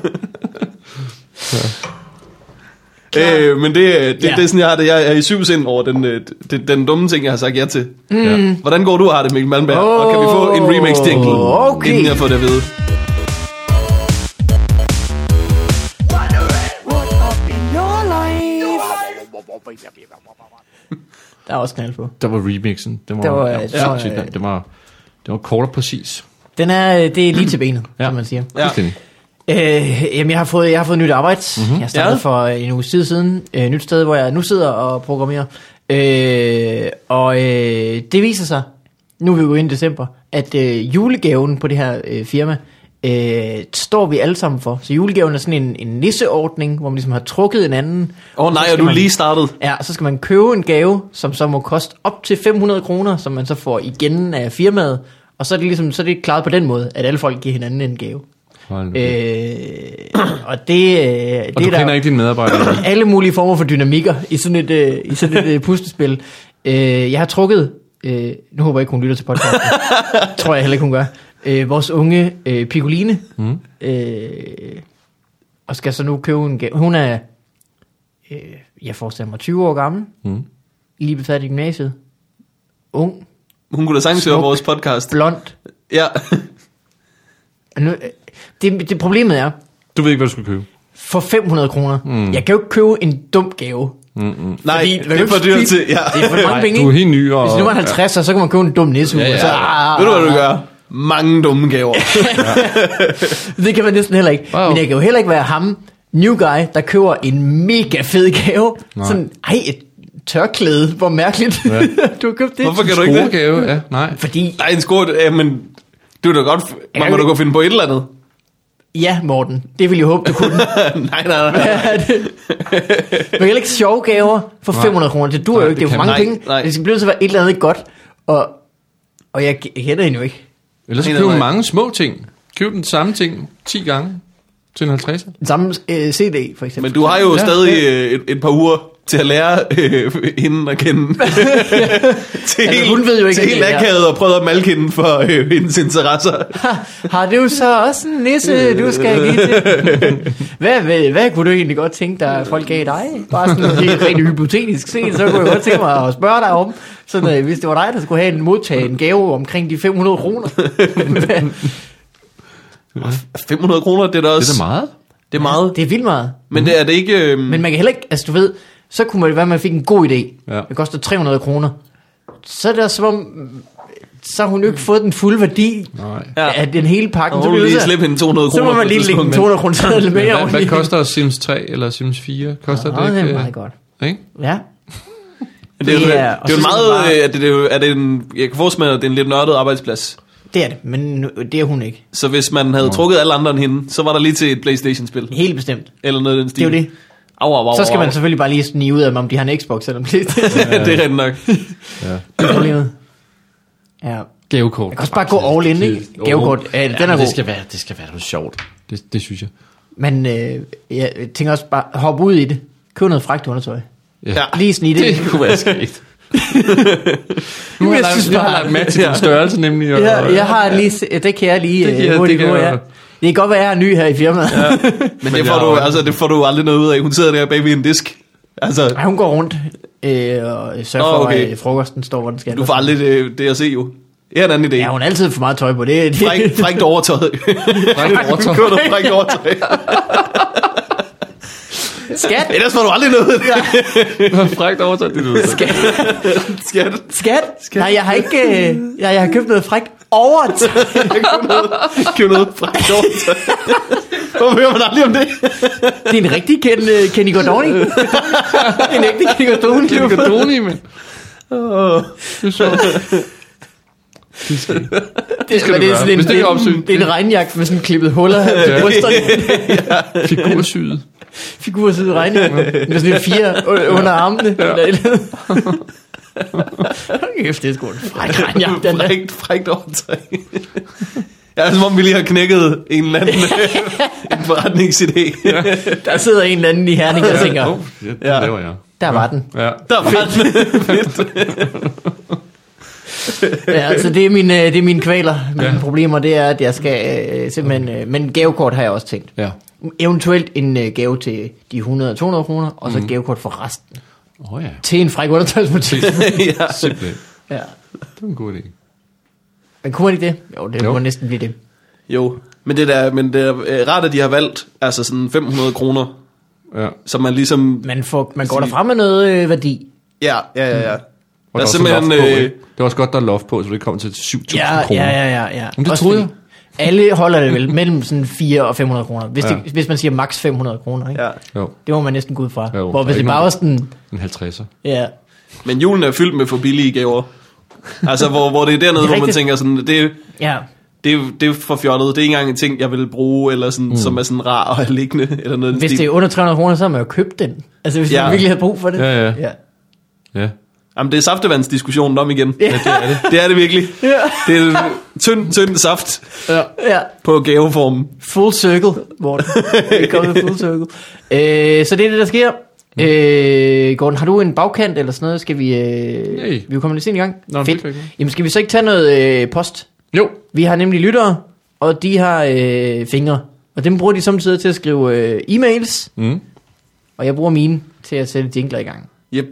Men det er sådan, jeg har det. Jeg er i 7 sind over den dumme ting, jeg har sagt ja til. Hvordan går du og har det, Mikkel Malmberg? Og kan vi få en remix-jingle, inden jeg får det at vide? Der er også knald på. Der var remixen. Det var kort og præcis. Det er lige til benet, som man siger. Ja. Jamen, jeg har fået nyt arbejde. Jeg startede for en uge siden. Nyt sted, hvor jeg nu sidder og programmerer. Det viser sig, nu er vi jo inde i december, at julegaven på det her firma, står vi alle sammen for. Så julegaven er sådan en nisseordning, hvor man ligesom har trukket en anden. Nej, og du lige startet. Ja, så skal man købe en gave, som så må koste op til 500 kroner, som man så får igen af firmaet. Og så er det ligesom, så er det klaret på den måde, at alle folk giver hinanden en gave. Og det du kender ikke dine medarbejdere? Alle mulige former for dynamikker i sådan et puslespil. Jeg har trukket, nu håber jeg ikke, hun lytter til podcasten. Tror jeg heller ikke, hun gør. Vores unge Piccoline. Og skal så nu købe en gave. Hun er, jeg forestiller mig, 20 år gammel. Lige befærdig i gymnasiet. Ung. Hun kunne da sagtens høre vores podcast. Blond. Ja. Nu, det problemet er, du ved ikke, hvad du skal købe. For 500 kroner. Jeg kan jo ikke købe en dum gave. Nej, det er for dyrt til. Ja. Det er for mange penge. Du er helt ny. Og, hvis nu var 50, så kan man købe en dum nissehue. Ved du, hvad du gør? Mange dumme gaver. Det kan man næsten heller ikke. Men jeg kan jo heller ikke være ham, new guy, der køber en mega fed gave. Nej. Sådan, et tørklæde, hvor mærkeligt. Ja. Du har købt det. Hvorfor kan du ikke det? Gave, ja, nej. Fordi... Nej, en sko, men det er da godt, man må da gå finde på et eller andet. Ja, Morten, det vil jeg håbe, du kunne. nej. Men heller ikke sjove gaver for 500 kroner. Det duer jo ikke, det er jo for mange penge. Nej. Det skal blive til at være et eller andet godt. Og jeg kender hende jo ikke. Ellers så køber mange små ting. Køb den samme ting 10 gange til en 50'er. Den samme CD, for eksempel. Men du har jo stadig et par uger til at lære hende at kende. Hun ved jo ikke, til helt akavet og prøvet at malke hende for hendes interesser. Har du så også en nisse, du skal give til? Hvad kunne du egentlig godt tænke dig, at folk gav dig? Bare sådan helt rent hypotetisk set, så kunne jeg godt tænke mig at spørge dig om, sådan, hvis det var dig, der skulle have modtage en gave omkring de 500 kroner. 500 kroner, det er da også... Det er da meget. Det er meget. Det er vildt meget. Men det er det ikke... Men man kan heller ikke... Altså du ved, så kunne man være, at man fik en god idé. Ja. Det koster 300 kroner. Så er det som om... så har hun jo ikke fået den fulde værdi af den hele pakken. Og hun vil lige slippe hende 200 kroner. Så må man lige lægge en 200 kroner sædel mere. Hvad koster Sims 3 eller Sims 4? Koster det ikke? Det er meget godt. Ikke? Ja. Det er jo en meget... jeg kan forestille mig, at det er en lidt nørdet arbejdsplads. Det er det, men det er hun ikke. Så hvis man havde trukket alle andre end hende, så var der lige til et PlayStation-spil. Helt bestemt. Eller noget af den stil. Det er jo det. Så skal man selvfølgelig bare lige snige ud af, om de har en Xbox eller en PlayStation. Det er rigtigt nok. Det er problemet. Ja. Gavekort. Jeg kan også bare gå all in, ikke? Gavekort, den er god. Det skal være noget sjovt. Det synes jeg. Men jeg tænker også bare, hoppe ud i det. Køb noget frækt undertøj. Ja. Lige snige det. Det kunne være skægt. Nu har jeg lagt mærke til den størrelse nemlig. Og, jeg har lige, det kan jeg lige hurtigt gå, ja. Det kan godt være, at jeg er ny her i firmaet. Ja. Men det får du aldrig noget ud af. Hun sidder der bag ved en disk. Altså. Hun går rundt og sørger for, at frokosten står, hvor den skal. Du får aldrig det at se jo. Det er en anden idé. Ja, hun har altid for meget tøj på. Det. Frækt overtøj. Frækt overtøj. Skat? Ellers får du aldrig noget. Frækt overtøj. Skat? Nej, jeg har ikke... jeg har købt noget frækt overtøj. Købt noget frækt overtøj. Hvorfor hører man aldrig om det? Det er en rigtig Kenny Gordoni. En ægte Kenny Gordoni. Kenny Gordoni, men... Det er sjovt. Det skal du gøre. Det er en regnjakke med sådan klippet huller til brysterne. Figursyet regnjakke med sådan en 4 under armene. Kæft, det er sgu en fræk regnjakke. Frækt overtøj. Ja, som om vi lige har knækket en eller anden en forretningsidé. Der sidder en eller anden i Herning og tænker, det laver jeg. Der var den. Ja. Der var den. Ja, altså det er mine kvaler, mine problemer, det er, at jeg skal simpelthen... men gavekort har jeg også tænkt. Ja. Eventuelt en gave til de 100-200 kroner, og så et gavekort for resten. Ja. Til en fræk undertøjsbutik. Ja. Simpelthen. Ja. Det er en god idé. Men kunne man ikke det? Jo, det må næsten blive det. Jo, men det er rart, at de har valgt altså sådan 500 kroner. Ja. Så man ligesom... Man går derfra med noget værdi. Ja. Og der er simpelthen... det var også godt, der er loft på, så det kom til 7.000 kroner. Ja. Men det troede jeg. Alle holder det vel mellem sådan 400 og 500 kroner. Hvis man siger maks 500 kroner, ikke? Ja. Jo. Det må man næsten gå ud fra. Jo, hvor hvis det bare var sådan... En 50'er. Ja. Men julen er fyldt med for billige gaver. Altså, hvor det er dernede, hvor man tænker sådan... Det er for fjollet. Det er ikke engang en ting, jeg vil bruge, eller sådan, som er sådan rar og liggende, eller noget. Hvis det er under 300 kroner, så har man jo købt den. Altså, hvis man virkelig har brug for det. Ja. Jamen, det er saftevandsdiskussionen om igen. Ja, det er det. Det er det virkelig. Ja. Det er tynd saft på gaveformen. Full circle, Morten. Det er kommet full circle. Så det er det, der sker. Gordon, har du en bagkant eller sådan noget? Skal vi... vi kommer lidt sent i gang. Fedt. Jamen, skal vi så ikke tage noget post? Jo. Vi har nemlig lyttere, og de har fingre. Og dem bruger de samtidig til at skrive e-mails. Og jeg bruger mine til at sætte jingler i gang. Yep.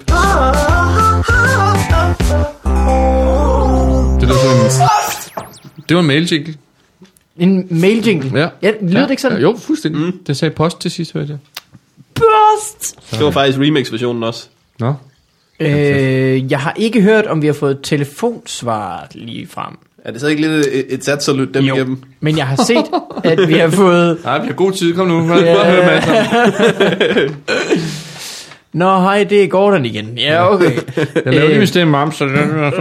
Det var en mail-jingle. En mail-jingle? Ja, lyder det ikke sådan? Jo, fuldstændig. Det sagde post til sidst, hørte jeg. Post! Det var faktisk remix-versionen også. Nå. Jeg har ikke hørt, om vi har fået telefonsvar lige frem. Er det så ikke lidt et sats at lytte dem igennem? Men jeg har set, at vi har fået... Nej, vi har god tid. Kom nu. Bare høre med. Nå, hej, det er Gordon igen. Ja, okay. Jeg laver lige stemme om, så...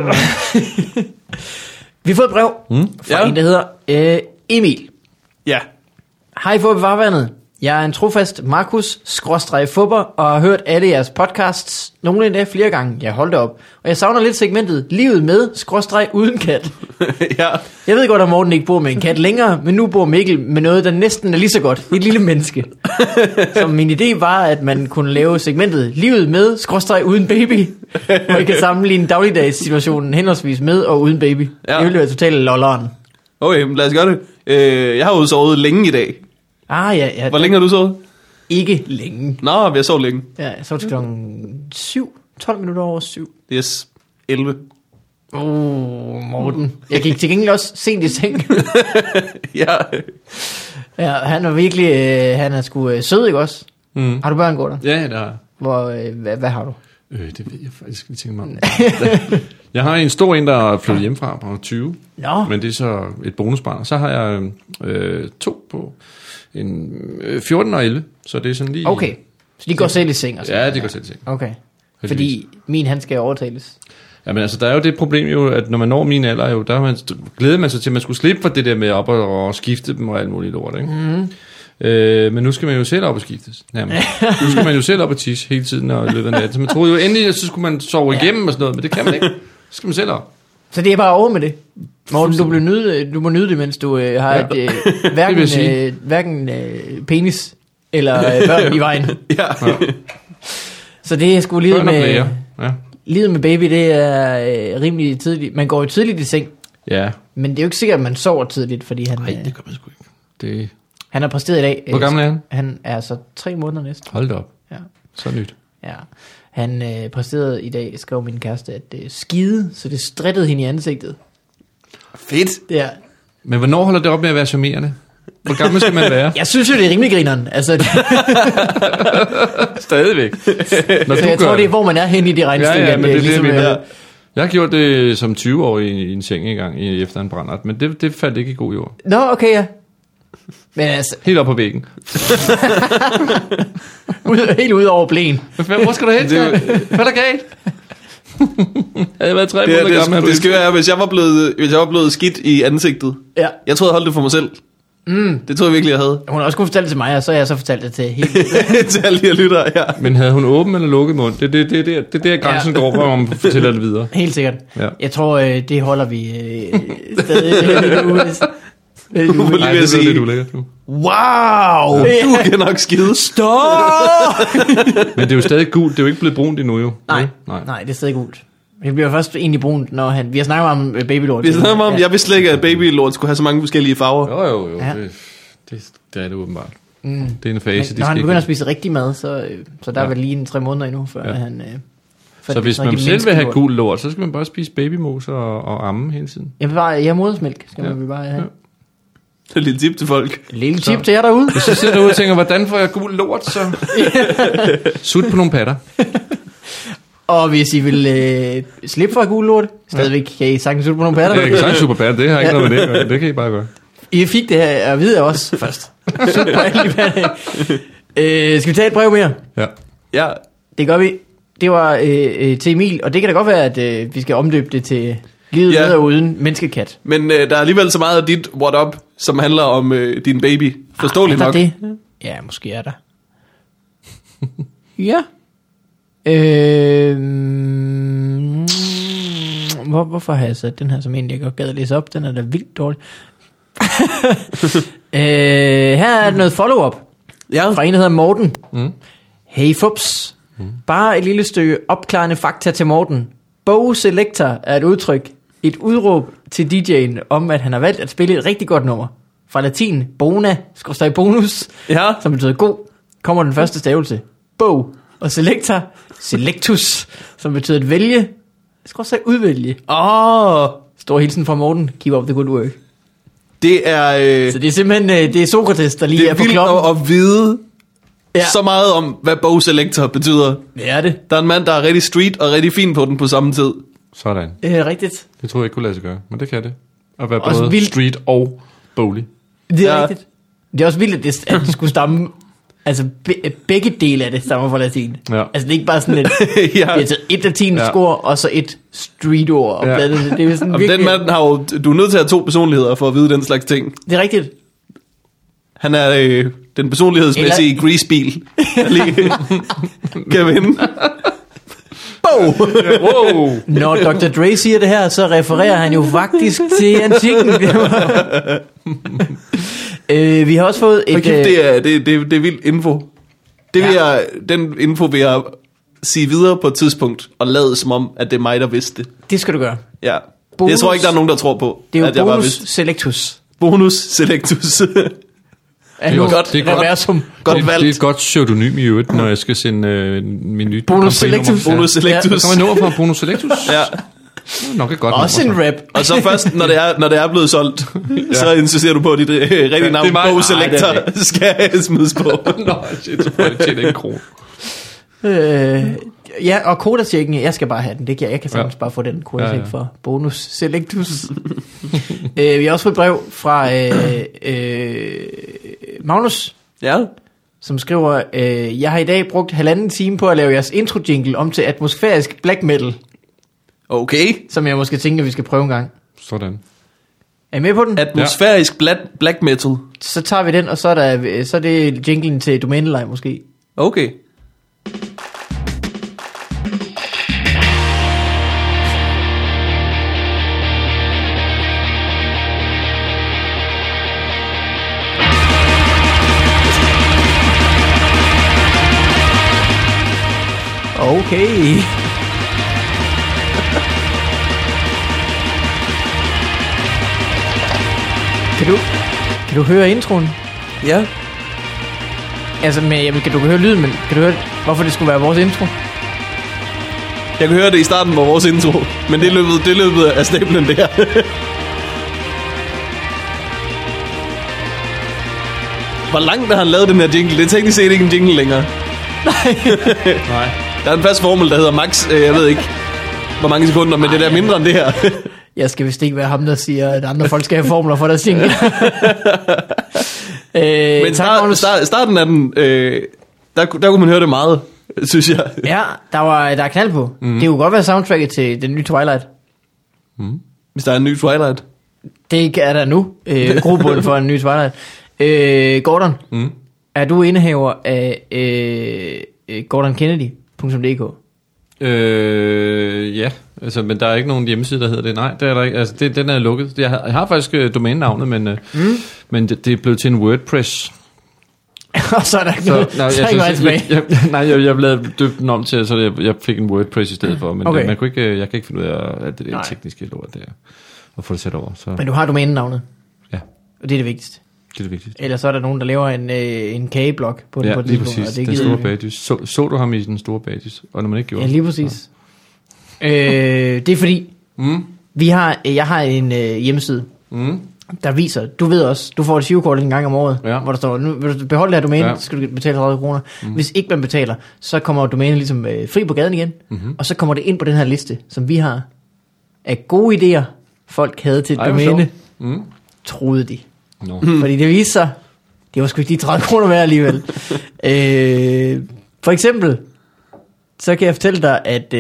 Vi har fået et brev fra en, der hedder Emil. Ja. Hej, Fubi Farvandet. Jeg er en trofast Markus-fubber og har hørt alle jeres podcasts nogle endda flere gange. Jeg holdt op. Og jeg savner lidt segmentet livet med /uden kat. Ja. Jeg ved godt, at Morten ikke bor med en kat længere, men nu bor Mikkel med noget, der næsten er lige så godt. Et lille menneske. Så min idé var, at man kunne lave segmentet livet med /uden baby. Hvor I kan sammenligne dagligdagssituationen henholdsvis med og uden baby. Ja. Det ville være totalt lolleren. Okay, lad os gøre det. Jeg har jo sovet længe i dag. Ja. Hvor længe har du sovet? Ikke længe. Nå, vi har sovet længe. Ja, jeg sov til klokken 7. 12 minutter over 7. Yes, 11. Morten. Jeg gik til gengæld også sent i seng. Ja, han var virkelig, han er sgu sød, ikke også? Har du børn, Gordon? Ja, det har jeg. Hvad har du? Det ved jeg faktisk ikke, tænke mig om. Jeg har en stor en, der er flyttet hjemmefra på 20. Nå. Men det er så et bonusbarn. Så har jeg 2 på en 14 og 11. Så det er sådan lige... Okay, så de går selv i seng? Og sådan. Ja, de går selv i seng. Okay, fordi min han skal overtales. Jamen altså, der er jo det problem jo, at når man når min alder, jo, der glæder man sig til, at man skulle slippe for det der med op og skifte dem og alt muligt lort, ikke? Mm. Men nu skal man jo selv op og skiftes. Jamen, nu skal man jo selv op og tisse hele tiden og løbe af natten. Så man troede jo endelig, at så skulle man sove igennem og sådan noget, men det kan man ikke. Så skal man selv op. Så det er bare over med det. Morten, du må nyde det, mens du har hverken penis eller børn i vejen. Ja. Så det er sgu livet med... Ja. Livet med baby, det er rimelig tidligt. Man går jo tidligt i seng. Ja. Men det er jo ikke sikkert, at man sover tidligt, fordi han... Nej, det gør man sgu ikke. Han har præsteret i dag. Hvor gammel er han? Han er så 3 måneder næsten. Hold da op. Ja. Så nyt. Ja. Han præsterede i dag, skrev min kæreste, at skide, så det strittede hende i ansigtet. Fedt. Ja. Men hvornår holder det op med at være charmerende? Hvor gammel skal man være? Jeg synes jo, det er rimelig grineren. Altså, Stadigvæk. Når så jeg tror, det er, hvor man er henne i de regnestykker. Ja, men det er ligesom, det, jeg har gjort det som 20-årig i en seng engang efter en brændert, men det faldt ikke i god jord. Nå, okay, ja. Men altså... Helt op på væggen. Helt ud over blæen. Hvor skal du hen? Hvad er der galt? Havde jeg været 3 måneder gammel? Det skal være, hvis jeg var blevet skidt i ansigtet. Ja. Jeg troede, jeg holdt det for mig selv. Det tror jeg virkelig, jeg havde. Hun har også kunnet fortælle det til mig, og så har jeg så fortalt det til hele... til alle de her lyttere, ja. Men havde hun åben eller lukket mund? Det er der grænsen går, hvor man fortæller det videre. Helt sikkert. Ja. Jeg tror, det holder vi stadig lidt ude. Nej, det er lidt ulækkert nu. Wow! Du kan nok skide. Stop! Men det er jo stadig gult. Det er jo ikke blevet brunt endnu, jo. Nej, det er stadig gult. Det bliver først egentlig brunt, når han... Vi har snakket om babylord. Vi har snakket om, jeg vidste ikke, at babylord skulle have så mange forskellige farver. Jo. Ja. Det er det åbenbart. Det er en fase, når han begynder at spise rigtig mad, så der er vel lige en 3 måneder endnu, før han... Så hvis man selv vil have gul lort, så skal man bare spise babymos og amme hele tiden. Jeg har modersmælk, skal man bare have. Ja. Det er et lille tip til folk. Lille tip til jer derude. Hvis jeg sidder derude og tænker, hvordan får jeg gul lort, så sut på nogle patter. Og hvis I vil slippe fra gul lort, stadigvæk kan I sagtens sutte på nogle patter. Jeg kan sagtens super patter, det har ikke noget med det. Det kan I bare gøre. I fik det her at vide også først. Sut på alle de patter. Skal vi tage et brev mere? Ja. Det gør vi. Det var til Emil, og det kan da godt være, at vi skal omdøbe det til livet med og uden menneskekat. Men der er alligevel så meget af dit what up, som handler om din baby. Forståeligt nok. Det? Ja, måske er der. Ja. Hvorfor har jeg sat den her, som egentlig ikke gad at læse op? Den er da vildt dårlig. Her er noget follow-up. Ja. Fra en, der hedder Morten. Hey fups. Bare et lille stykke opklarende fakta til Morten. Bo Selector er et udtryk, et udråb til DJ'en om, at han har valgt at spille et rigtig godt nummer. Fra latin bona, bonus, som betyder god, kommer den første stavelse. Bo og selector, selectus, som betyder at vælge, udvælge. Stor hilsen fra Morten. Keep up the good work. Det er... Så det er simpelthen det er Sokrates, der lige er på klokken. Det er vildt at vide så meget om, hvad Bo Selector betyder. Det er det. Der er en mand, der er rigtig street og rigtig fin på den på samme tid. Sådan. Det er rigtigt. Det tror jeg ikke kunne lade sig gøre, men det kan det. At være også både vildt. Street og bowly. Det er rigtigt. Det er også vildt, at det skulle stamme... Altså, begge dele af det stammer fra latin. Ja. Altså, det er ikke bare sådan et... Vi har taget et latinsk ord, og så et street-ord. Og det er sådan virkelig... Den mand har jo... Du er nødt til at have 2 personligheder for at vide den slags ting. Det er rigtigt. Han er den personlighedsmæssige greasebil, der lige kan vinde. Wow. Når Dr. Dre siger det her, så refererer han jo faktisk til antikken. Vi har også fået et... Okay, det er vild info. Den info vil jeg sige videre på et tidspunkt, og lade som om, at det er mig, der vidste det. Det skal du gøre. Ja. Bonus, det tror jeg ikke, der er nogen, der tror på. Det er jo at bonus selectus. Bonus selectus. Det er godt et godt pseudonym i øvrigt, når jeg skal sende min nye bonus selectus. Bonus selectus. Så kan man nå fra bonus selectus. Ja. Nok et godt også nummer, en rap. Og så først, når det er blevet solgt, så insisterer du på, at dit rigtige navn, Bo Selector, skal smides på. Nå, shit, så får det tjent en krone. Ja, og Koda-checken, jeg skal bare have den. Det kan jeg kan sagtens bare få den Koda-check for bonus selectus. Vi har også fået et brev fra Magnus, Ja. som skriver, jeg har i dag brugt 1,5 time på at lave jeres intro-jingle om til atmosfærisk black metal, Okay. som jeg måske tænker, vi skal prøve en gang. Sådan. Er I med på den? Atmosfærisk black metal. Så tager vi den, og så er det jinglen til domænelej måske. Okay. Okay. Kan du høre introen? Ja. Altså, kan du høre lyden, men kan du høre, hvorfor det skulle være vores intro? Jeg kan høre det i starten på vores intro, men det løbet af stablen der. Hvor langt har han lavet den her jingle? Det er teknisk set ikke en jingle længere. Nej. Der er en fast formel, der hedder max, jeg ved ikke, hvor mange sekunder, men det er mindre end det her. Jeg skal vist ikke være ham, der siger, at andre folk skal have formler for deres jingle. Men starten af den, der kunne man høre det meget, synes jeg. Ja, der er knald på. Det kunne godt være soundtracket til den nye Twilight. Hvis der er en ny Twilight. Det er der nu. Grobund for en ny Twilight. Gordon, er du indehaver af GordonKennedy.dk? Ja, altså, men der er ikke nogen hjemmeside, der hedder det. Nej, det er der ikke. Altså, den er lukket. Jeg har faktisk domænenavnet, men det er blevet til en WordPress. Og så er der ikke noget. Jeg blev døbt den om til, så jeg fik en WordPress i stedet for, men Okay. man kunne ikke, jeg kan ikke finde ud af alt det der tekniske lort der, og få det sat over. Så. Men du har domænenavnet, Ja, og det er det vigtigste. det er det vigtigste. Ellers så er der nogen, der laver en kageblok på den. Ja, på et lige tidspunkt, præcis. og det Den gider store vi. badges. Så du ham i den store badges, og når man ikke gjorde Ja, lige præcis. Det er fordi, jeg har en hjemmeside, der viser, du ved også, du får et SIO-kort en gang om året, hvor der står, nu vil du beholde det her domæne, så skal du betale 30 kroner. Hvis ikke man betaler, så kommer domænet ligesom fri på gaden igen, og så kommer det ind på den her liste, som vi har af gode idéer, folk havde til et domæne, troede de. No. Fordi det viser sig, det var sgu ikke de 30 kroner værd alligevel. For eksempel, så kan jeg fortælle dig, at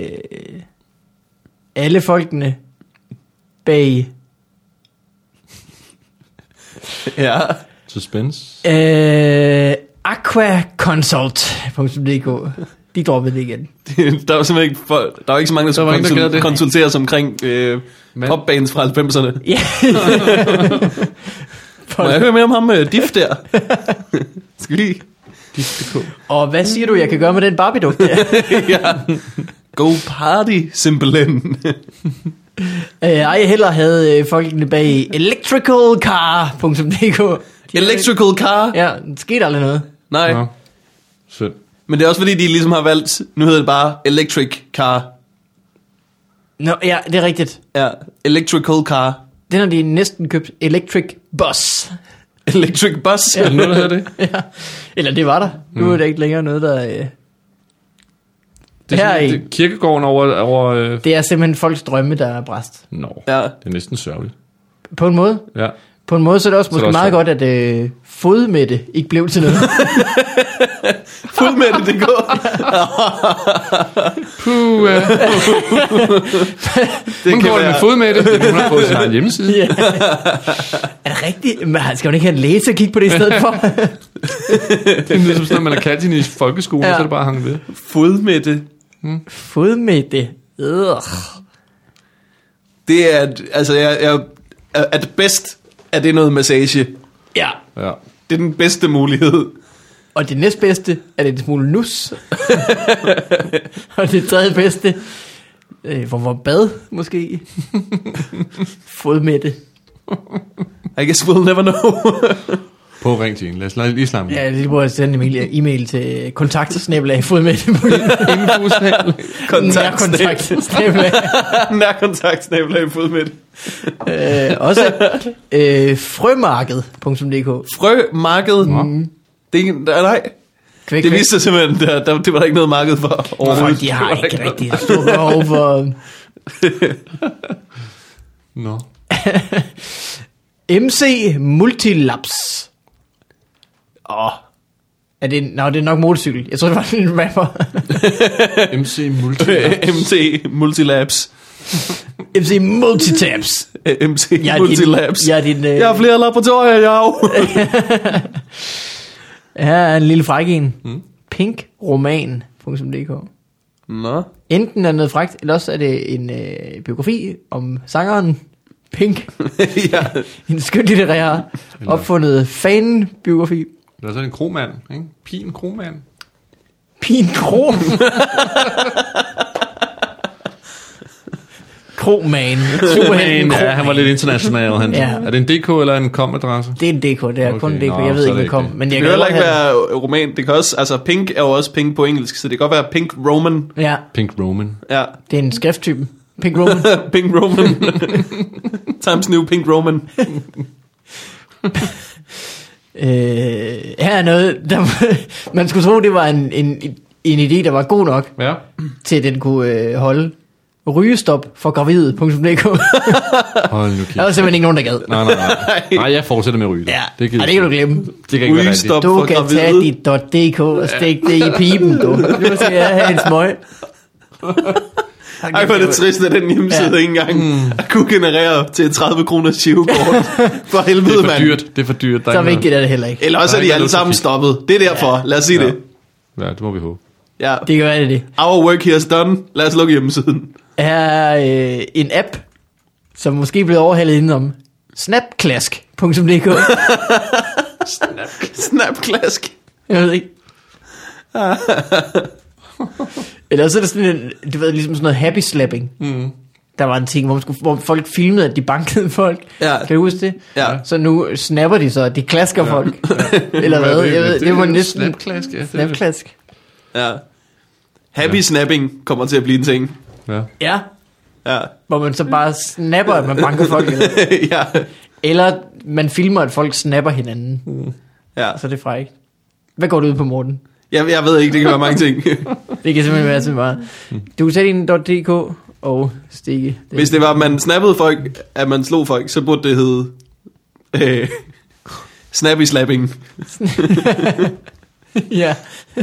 alle folkene bag Ja. Suspense. aquaconsult.dk, de droppede det igen. Der var simpelthen ikke, der var ikke så mange, der skulle konsulteres omkring popbands fra 90'erne. Ja. Må jeg høre mere om ham Diff der? Skal vi lige? Og hvad siger du, jeg kan gøre med den Barbie-dukke der? Ja. Go party, simpelthen. Jeg hellere havde folkene bag electricalcar.dk. Electrical car? Ja, det skete aldrig noget. Nej. Nå. Sødt. Men det er også fordi, de ligesom har valgt, nu hedder det bare electric car. Nå, ja, det er rigtigt. Ja, electrical car. Den har de næsten købt electric bus. Electric bus. Er der noget, der hedder det? Ja. Eller det var der. Nu er der ikke længere noget, der... Det er sådan, kirkegården over Det er simpelthen folks drømme, der er bræst. Nå, Ja. det er næsten sørgeligt. På en måde. Ja. På en måde, så er det også måske også meget godt, at fodmætte ikke blev til noget. Fuld med det går. Puh, Det hun går det med fod med det. Hun har fået sin egen hjemmeside. Ja. Er det rigtigt? Men skal man ikke have en læge til at kigge på det i stedet for? Det er ligesom sådan, når man har kaldt hende i folkeskolen, så er det bare hanget ved. Fod med det. Fodmætte. Det er, altså, jeg at bedst er det noget massage. Ja. Ja. Det er den bedste mulighed. Og det næstbedste er det en smule nus. Og det tredje bedste, hvor bad måske. Fodmætte. I guess we'll never know. På ring til en. Lad os lige slamme. Ja, det må jeg sende en e-mail til kontaktersnabel fodmætte. Nærkontakt, fod med det. Også frømarked.dk. Frømarked. Det er nej. Kvæk, Det viste sig simpelthen, det var der ikke noget marked for overhovedet. de har ikke rigtig stort behov for... Nå. MC Multilabs. Det er nok motorcykel. Jeg tror, det var en rapper. MC Multilabs. MC Multilabs. MC Multitabs. MC Multilabs. Jeg har flere laboratorier, Her er en lille fræk en. Pinkroman.dk. Nå. Enten er noget frækt, eller også er det en biografi om sangeren Pink. Ja. En skønlitterær opfundet fan-biografi. Det er sådan en kromand, ikke? Pin kromand. Pin Krom. Kroman. Ja, han var lidt international. Han. Ja. Er det en DK eller en kom-adresse? Det er en DK, det er Okay, kun DK. nå, Jeg ved så ikke, er hvad kom. det Men Det jeg kan kan heller ikke have... være roman. Det kan også, altså Pink er jo også Pink på engelsk, så det kan godt være Pink Roman. Ja, Pink Roman. Ja. det er en skrifttype. Pink Roman. Pink Roman. Times New Pink Roman. Her er noget, der, man skulle tro, det var en idé, der var god nok, Ja. til at den kunne holde. Rygestop for gravide.dk. Hold nu Der kæft. var simpelthen ikke nogen, der gad. Nej, jeg fortsætter med at ryge det. Ja, Det det kan du glemme. Det kan ikke være rigtigt. Rygestop Du for kan gravide. tage dit .dk og stikke det i pipen, du. Nu skal jeg have en smøg. Ej, hvor er det trist, at den hjemmeside ikke engang at kunne generere til 30 kroner chivekort. For helvede, Det er for mand. dyrt. Det er for dyrt. Der Så er ikke vigtigt er det heller ikke. Eller også er Der er de ikke alle noget sammen trafik. stoppet. Det er derfor. Lad os sige det. noget. Ja, det må vi håbe. Ja. Det kan være det. Our work here is done. Lad os lukke hjemmesiden. Her er en app, som måske er blevet overhalet indenom. Snapklask.dk. Snapklask. Jeg ved ikke. Eller så er det sådan en, du ved, ligesom sådan noget happy slapping. Der var en ting, hvor folk filmede, at de bankede folk. Ja. Kan du huske det? Ja. Så nu snapper de så, at de klasker folk. Eller hvad? Jeg ved, det var næsten... Snapklask, ja. Snapklask. Ja. Happy snapping kommer til at blive en ting. Ja. Ja, Ja. hvor man så bare snapper, at man banker folk. Ja. Eller man filmer, at folk snapper hinanden. Ja. Så er det frækt. Hvad går du ud på, Morten? Jeg ved ikke, det kan være mange ting. Det kan simpelthen være så meget. Du kan sætte ind .dk og stikke. Hvis det var, at man snappede folk, at man slog folk, så burde det hedde snappy slapping. Ja.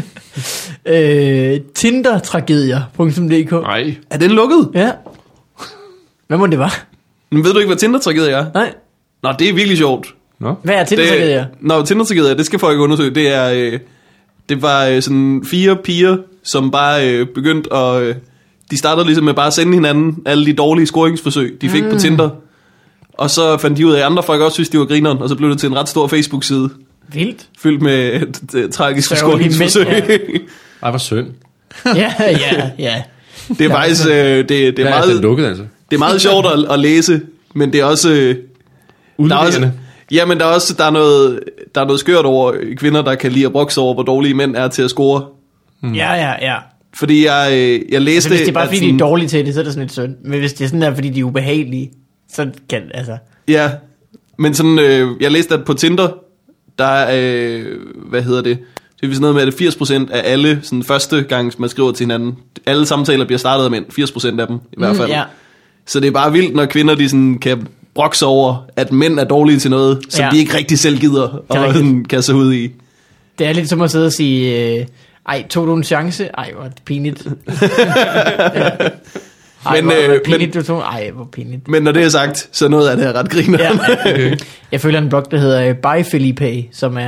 Tindertragedier.dk. Nej. Er den lukket? Ja. Hvad må det var? Men ved du ikke, hvad Tinder-tragedie er? Nej. Nå, det er virkelig sjovt. Nå. Hvad er Tindertragedier? Nå, Tinder-tragedier, det skal folk undersøge. Det er, det var sådan 4 piger, som bare begyndte at... de startede ligesom med bare at sende hinanden alle de dårlige scoringsforsøg, de fik på Tinder. Og så fandt de ud af, at andre folk også synes, de var grineren, og så blev det til en ret stor Facebook-side, Vildt. fyldt med tragiske Sørgelige scoringsforsøg. mænd, Ej, hvor synd. Ja. Det er faktisk det er Den meget, lukket, altså. det er meget sjovt at læse, men det er også... Der er også, Udleverende. ja, men der er noget skørt over kvinder, der kan lide at brokse over, hvor dårlige mænd er til at score. Ja. Fordi jeg læste... Altså, hvis det er bare at fordi, de er dårlige til det, så er det sådan lidt synd. Men hvis det er sådan der, fordi de er ubehagelige, så kan altså... Ja, men sådan, jeg læste, at på Tinder, der er, hvad hedder det? Det er sådan noget med, at 80% af alle sådan første gang, man skriver til hinanden, alle samtaler bliver startet af mænd, 80% af dem i hvert fald. Ja. Så det er bare vildt, når kvinder de sådan kan brokse over, at mænd er dårlige til noget, som Ja. de ikke rigtig selv gider er og rigtigt. sådan kaste sig ud i. Det er lidt som at sidde og sige, ej, tog du en chance? Ej, hvor er det pinligt. Ja. Ej, Men, hvor pinligt, du tog. Ej, hvor pinligt. Men når det er sagt, så noget af det er ret griner. Ja. Jeg følger en blog, der hedder By Felipe,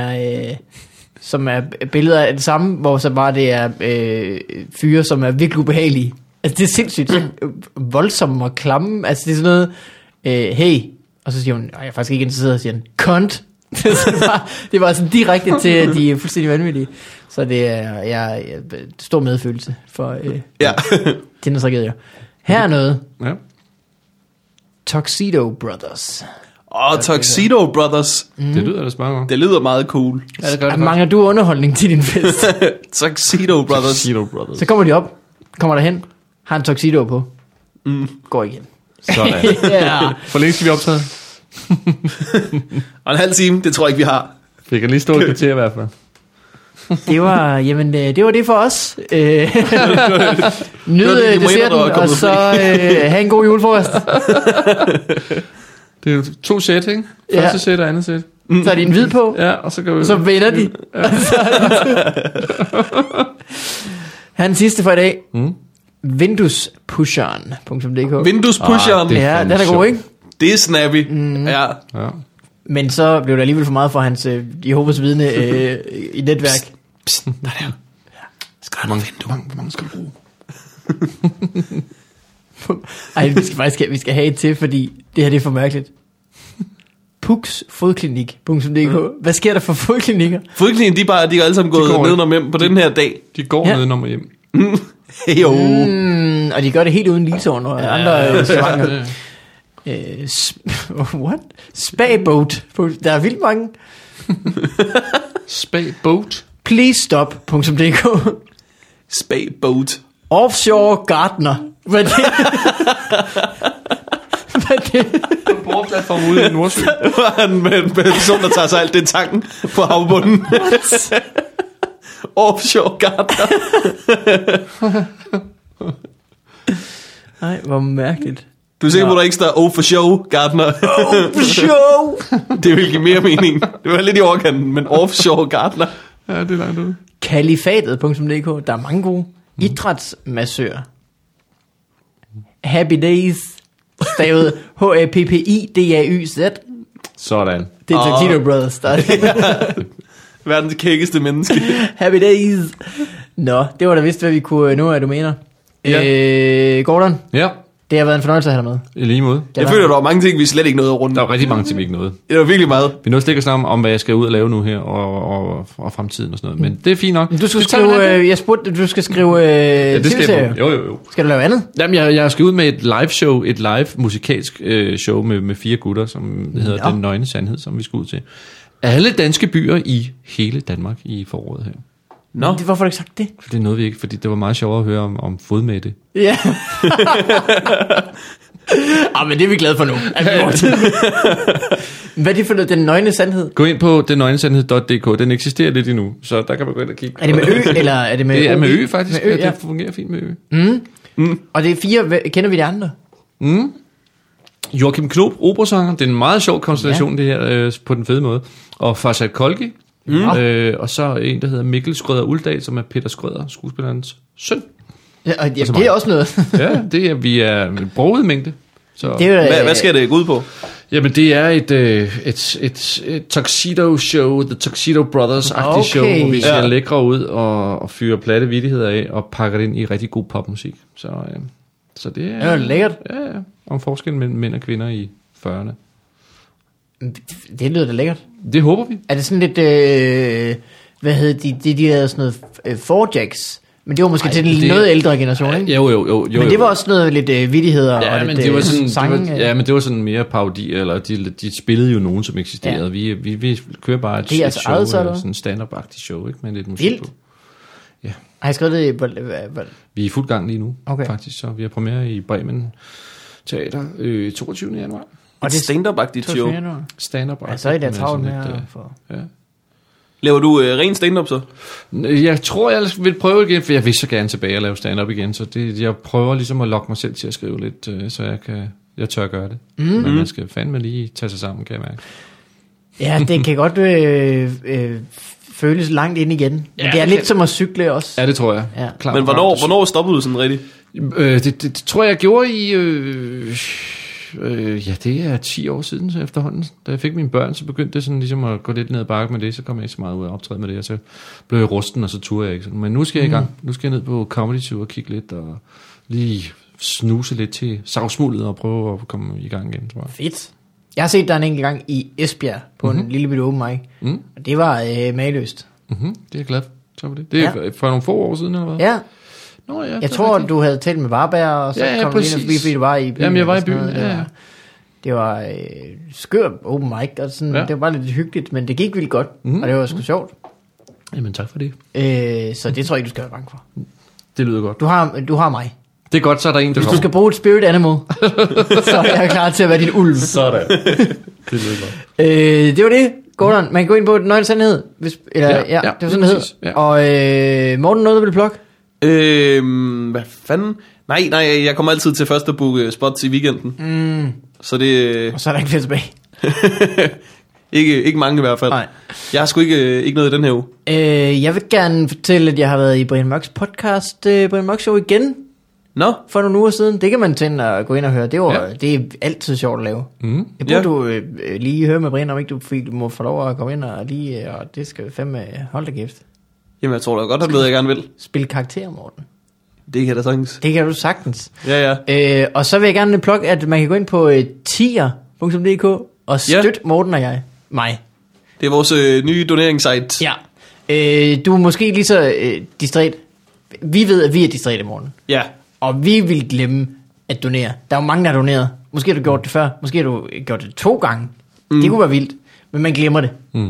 som er billeder af det samme, hvor så bare det er fyre, som er virkelig ubehagelige. Altså det er sindssygt så voldsomme og klamme. Altså det er sådan noget, hey, og så siger hun, jeg er faktisk ikke interesseret, og siger hun, cunt. Det var sådan direkte til, at de er fuldstændig vanvittige. Så det er jeg stor medfølelse for Ja. Tinder-tragedier. Her er noget. Ja. Tuxedo Brothers. Tuxedo Brothers. Det lyder da smart. Det lyder meget cool. Ja, det gør det Mangler du underholdning til din fest? Tuxedo Brothers. Tuxedo Brothers. Så kommer de op, kommer derhen, har en tuxedo på, går igen. Sådan. Ja. Hvor længe skal vi optræde? Og en halv time, det tror jeg ikke, vi har. Det kan lige stå et kvarter i hvert fald. Det var, jamen, det var det for os. Nyd de desserten, der var og kommet så have en god julefrokost. Det er jo 2 sæt, ikke? Ja. Første sæt og andet sæt. Så er de en hvid på, Ja, og så går vi så vender de. Han sidste for i dag. Windowspusheren.dk. Vinduespusheren. Det er Ja, den fandme er god, sjovt. ikke? Det er snappy. Ja. Ja. Men så blev der alligevel for meget for hans Jehovas vidne i netværk. Hvor mange skal du bruge? Ej, vi skal have et til, fordi det her det er for mærkeligt. Puksfodklinik.dk. Hvad sker der for fodklinikker? Fodklinikken, de er alle sammen gået nedenom hjem på den her dag. De går nedenom og hjem. Jo. Og de gør det helt uden ligesårn og andre restauranter. What? Spa-boat. Der er vildt mange. Spa-boat. Pleasestop.dk. Spa-boat. Offshore gardener. Hvad er det? Hvad er det? Boreplatform ude i Nordsøen. Det var en person, der tager sig alt det tanken på havbunden. Offshore gardener. Nej, hvor mærkeligt. Du er sikker på, at der ikke står for show gardener? For show! Det vil give mere mening. Det var lidt i overkanten, men offshore gardener. Ja, det er langt ude. Kalifatet.dk. Der er mange gode. Idrætsmassør. Happy Days. Stavet HAPPIDAYZ. Sådan. Det er Tino Brothers. Der er Verdens kækkeste menneske. Happy Days. Nå, det var da vist, hvad vi kunne nå af domæner. Ja. Gordon, Ja, det har været en fornøjelse at have dig med. i lige måde. Jeg føler, der var mange ting, vi slet ikke nåede at runde. Der er rigtig mange ting, vi ikke nåede. Det var virkelig meget. Vi nåede slet ikke at snakke om, hvad jeg skal ud og lave nu her, og fremtiden og sådan noget. Men det er fint nok. Du skal Det tager vi skrive, lidt. jeg spurgte, du skal skrive Det skal TV-serier. jeg. Jo. Skal du lave andet? Jamen, jeg skal ud med et live show, et live musikalsk show med 4 gutter, som hedder Den Nøgne Sandhed, som vi skal ud til. Alle danske byer i hele Danmark i foråret her. Nå. Hvorfor har du ikke sagt det? For det er noget, vi ikke, fordi det var meget sjovere at høre om fodmætte. Ja. Men det er vi glade for nu. Hvad er det for noget, Den Nøgne Sandhed? Gå ind på dennøgnesandhed.dk. Den eksisterer lidt endnu, så der kan man gå ind og kigge. Er det med ø, eller er det med Det er med OE? ø, faktisk. Med ø, ja. Det fungerer fint med ø. Og det er 4, kender vi de andre? Joachim Knop, operasanger. Det er en meget sjov konstellation, det her, på den fede måde. Og Farsad Kolgi. Og så en, der hedder Mikkel Skrøder Uldal, som er Peter Skrøder, skuespillerens søn. Ja, og det er også noget. Ja, det er, vi er en broget mængde. Så. Det er jo, Hvad skal det gå ud på? Jamen, det er et tuxedo show, The Tuxedo Brothers-agtigt show, hvor vi skal lækre ud og fyre platte vittigheder af og pakke det ind i rigtig god popmusik. Så det er... Ja, lækkert. Ja, om forskellen mellem mænd og kvinder i 40'erne. Det lyder da lækkert. Det håber vi. Er det sådan lidt, hvad hed de havde sådan noget Forjacks? Men det var måske til den noget ældre generation, ikke? Jo. Men det var også noget lidt vittigheder Ja, og men lidt det var sådan, sange. men det var sådan mere parodi, eller de spillede jo nogen, som eksisterede. Ja. Vi kører bare et Det er altså show, eget, så, eller? sådan en stand-up-agtigt show, ikke? Med lidt musik Vildt. på. Ja. Har I skrevet det? Vi er i fuld gang lige nu, Okay. faktisk, så vi har premiere i Bremen Teater 22. januar. Og det er stand-up-agtigt show. Stand-up. Ja, så er I da travlt med at få... Ja. Laver du ren stand-up så? Jeg tror, jeg vil prøve igen, for jeg vil så gerne tilbage og lave stand-up igen, så jeg prøver ligesom at lokke mig selv til at skrive lidt, så jeg tør gøre det. Men man skal fandme lige tage sig sammen, kan jeg mærke. Ja, det kan godt føles langt ind igen. Men Ja, det er det lidt kan- som at cykle også. Ja, det tror jeg. Ja. Klart. Men hvornår stoppede du sådan rigtigt? Det tror jeg gjorde i... ja, det er 10 år siden så efterhånden. Da jeg fik mine børn, så begyndte det sådan ligesom at gå lidt ned ad bakke med det. Så kom jeg ikke så meget ud af at optræde med det, og så blev jeg rusten, og så turde jeg ikke. Men nu skal jeg i gang. Nu skal jeg ned på Comedy Tour og kigge lidt, og lige snuse lidt til savsmuldet og prøve at komme i gang igen, tror jeg. Fedt. Jeg har set dig en enkelt gang i Esbjerg på en lille bitte open mic. Og det var mageløst. Det er jeg glad for det. Det er for nogle få år siden, eller hvad? Ja, Nå, ja, jeg tror, du havde talt med Varberg, og så Ja, kom du ind, præcis. fordi du var i byen. Jamen, jeg var i og sådan byen, noget. ja. Det var skør open mic, og sådan, Ja. det var bare lidt hyggeligt, men det gik vildt godt, og det var sgu sjovt. Jamen, tak for det. Så det tror jeg ikke, du skal være bange for. Det lyder godt. Du har mig. Det er godt, så er der en, der Hvis du kommer. skal bruge et spirit animal, så er jeg klar til at være din ulv. Sådan. Det lyder godt. Det var det. Gordon, man kan gå ind på Nøgen Sandhed. Det var sådan, det hed. Ja. Og Morten, noget du vil plukke? Hvad fanden? Nej, jeg kommer altid til først at booke spots i weekenden. Så det... Og så er der ikke flere tilbage. ikke mange i hvert fald. Nej. Jeg har sgu ikke noget i den her uge. Jeg vil gerne fortælle, at jeg har været i Brian Mørks podcast, Brian Mørk Show igen, Nå? for nogle uger siden. Det kan man tænde og gå ind og høre. Det er altid sjovt at lave. Jeg burde du lige høre med Brian, om ikke du må få lov at komme ind og lige, og det skal fandme holde dig kæft. Jamen, jeg tror da godt, at jeg gerne vil. Spil karakter, Morten. Det kan da sagtens. Det kan du sagtens. Ja. Og så vil jeg gerne plukke, at man kan gå ind på tier.dk og støtte Morten og mig. Det er vores nye doneringssite. Ja. Du er måske lige så distræt. Vi ved, at vi er distræt i morgen. Ja. Og vi vil glemme at donere. Der er jo mange, der har doneret. Måske har du gjort det før. Måske har du gjort det 2 gange. Det kunne være vildt. Men man glemmer det.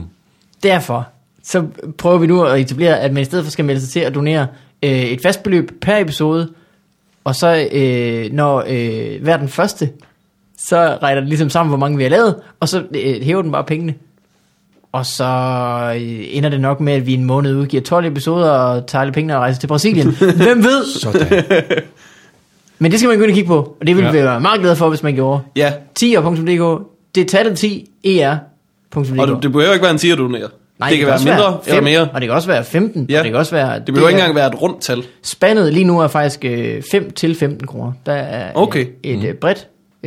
Derfor så prøver vi nu at etablere, at man i stedet for skal melde sig til at donere et fast beløb per episode. Og så når hver den første, så regner det ligesom sammen, hvor mange vi har lavet. Og så hæver den bare pengene. Og så ender det nok med, at vi en måned udgiver 12 episoder og tager lidt pengene og rejser til Brasilien. Hvem ved? Sådan. Men det skal man gå ind og kigge på. Og det vil vi være meget glade for, hvis man gjorde. Ja. Tier.dk. Det er tallet 10 er.dk. Og det behøver ikke være en 10, du donerer. Nej, det kan være mindre 5, eller mere. Og det kan også være 15. Ja. Og det kan også være... Det behøver ikke engang være et rundt tal. Spandet lige nu er faktisk 5 til 15 kroner. Der er et bredt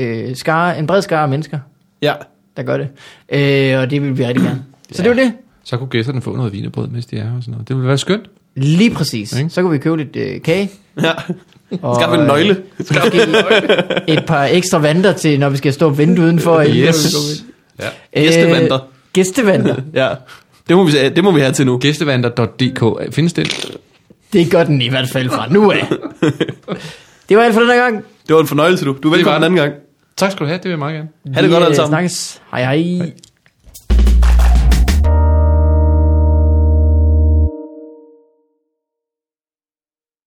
en bred skare af mennesker, Ja. der gør det. Og det vil vi rigtig gerne. Så det var det. Så kunne gæsterne få noget wienerbrød, mens de er her og sådan noget. Det ville være skønt. Lige præcis. Så kan vi købe lidt kage. Ja. Og, Skaffe en nøgle. Måske et par ekstra vanter til, når vi skal stå og vente udenfor. Yes. Ja. Gæstevanter. Gæstevanter. Ja. Det må vi have til nu. Gæstevanter.dk. Findes det? Det gør den i hvert fald fra nu af. Det var alt for den her gang. Det var en fornøjelse, du. Du er velkommen en anden gang. Tak skal du have, det vil jeg meget gerne. Ha' det godt alle sammen. Snakkes. Hej hej.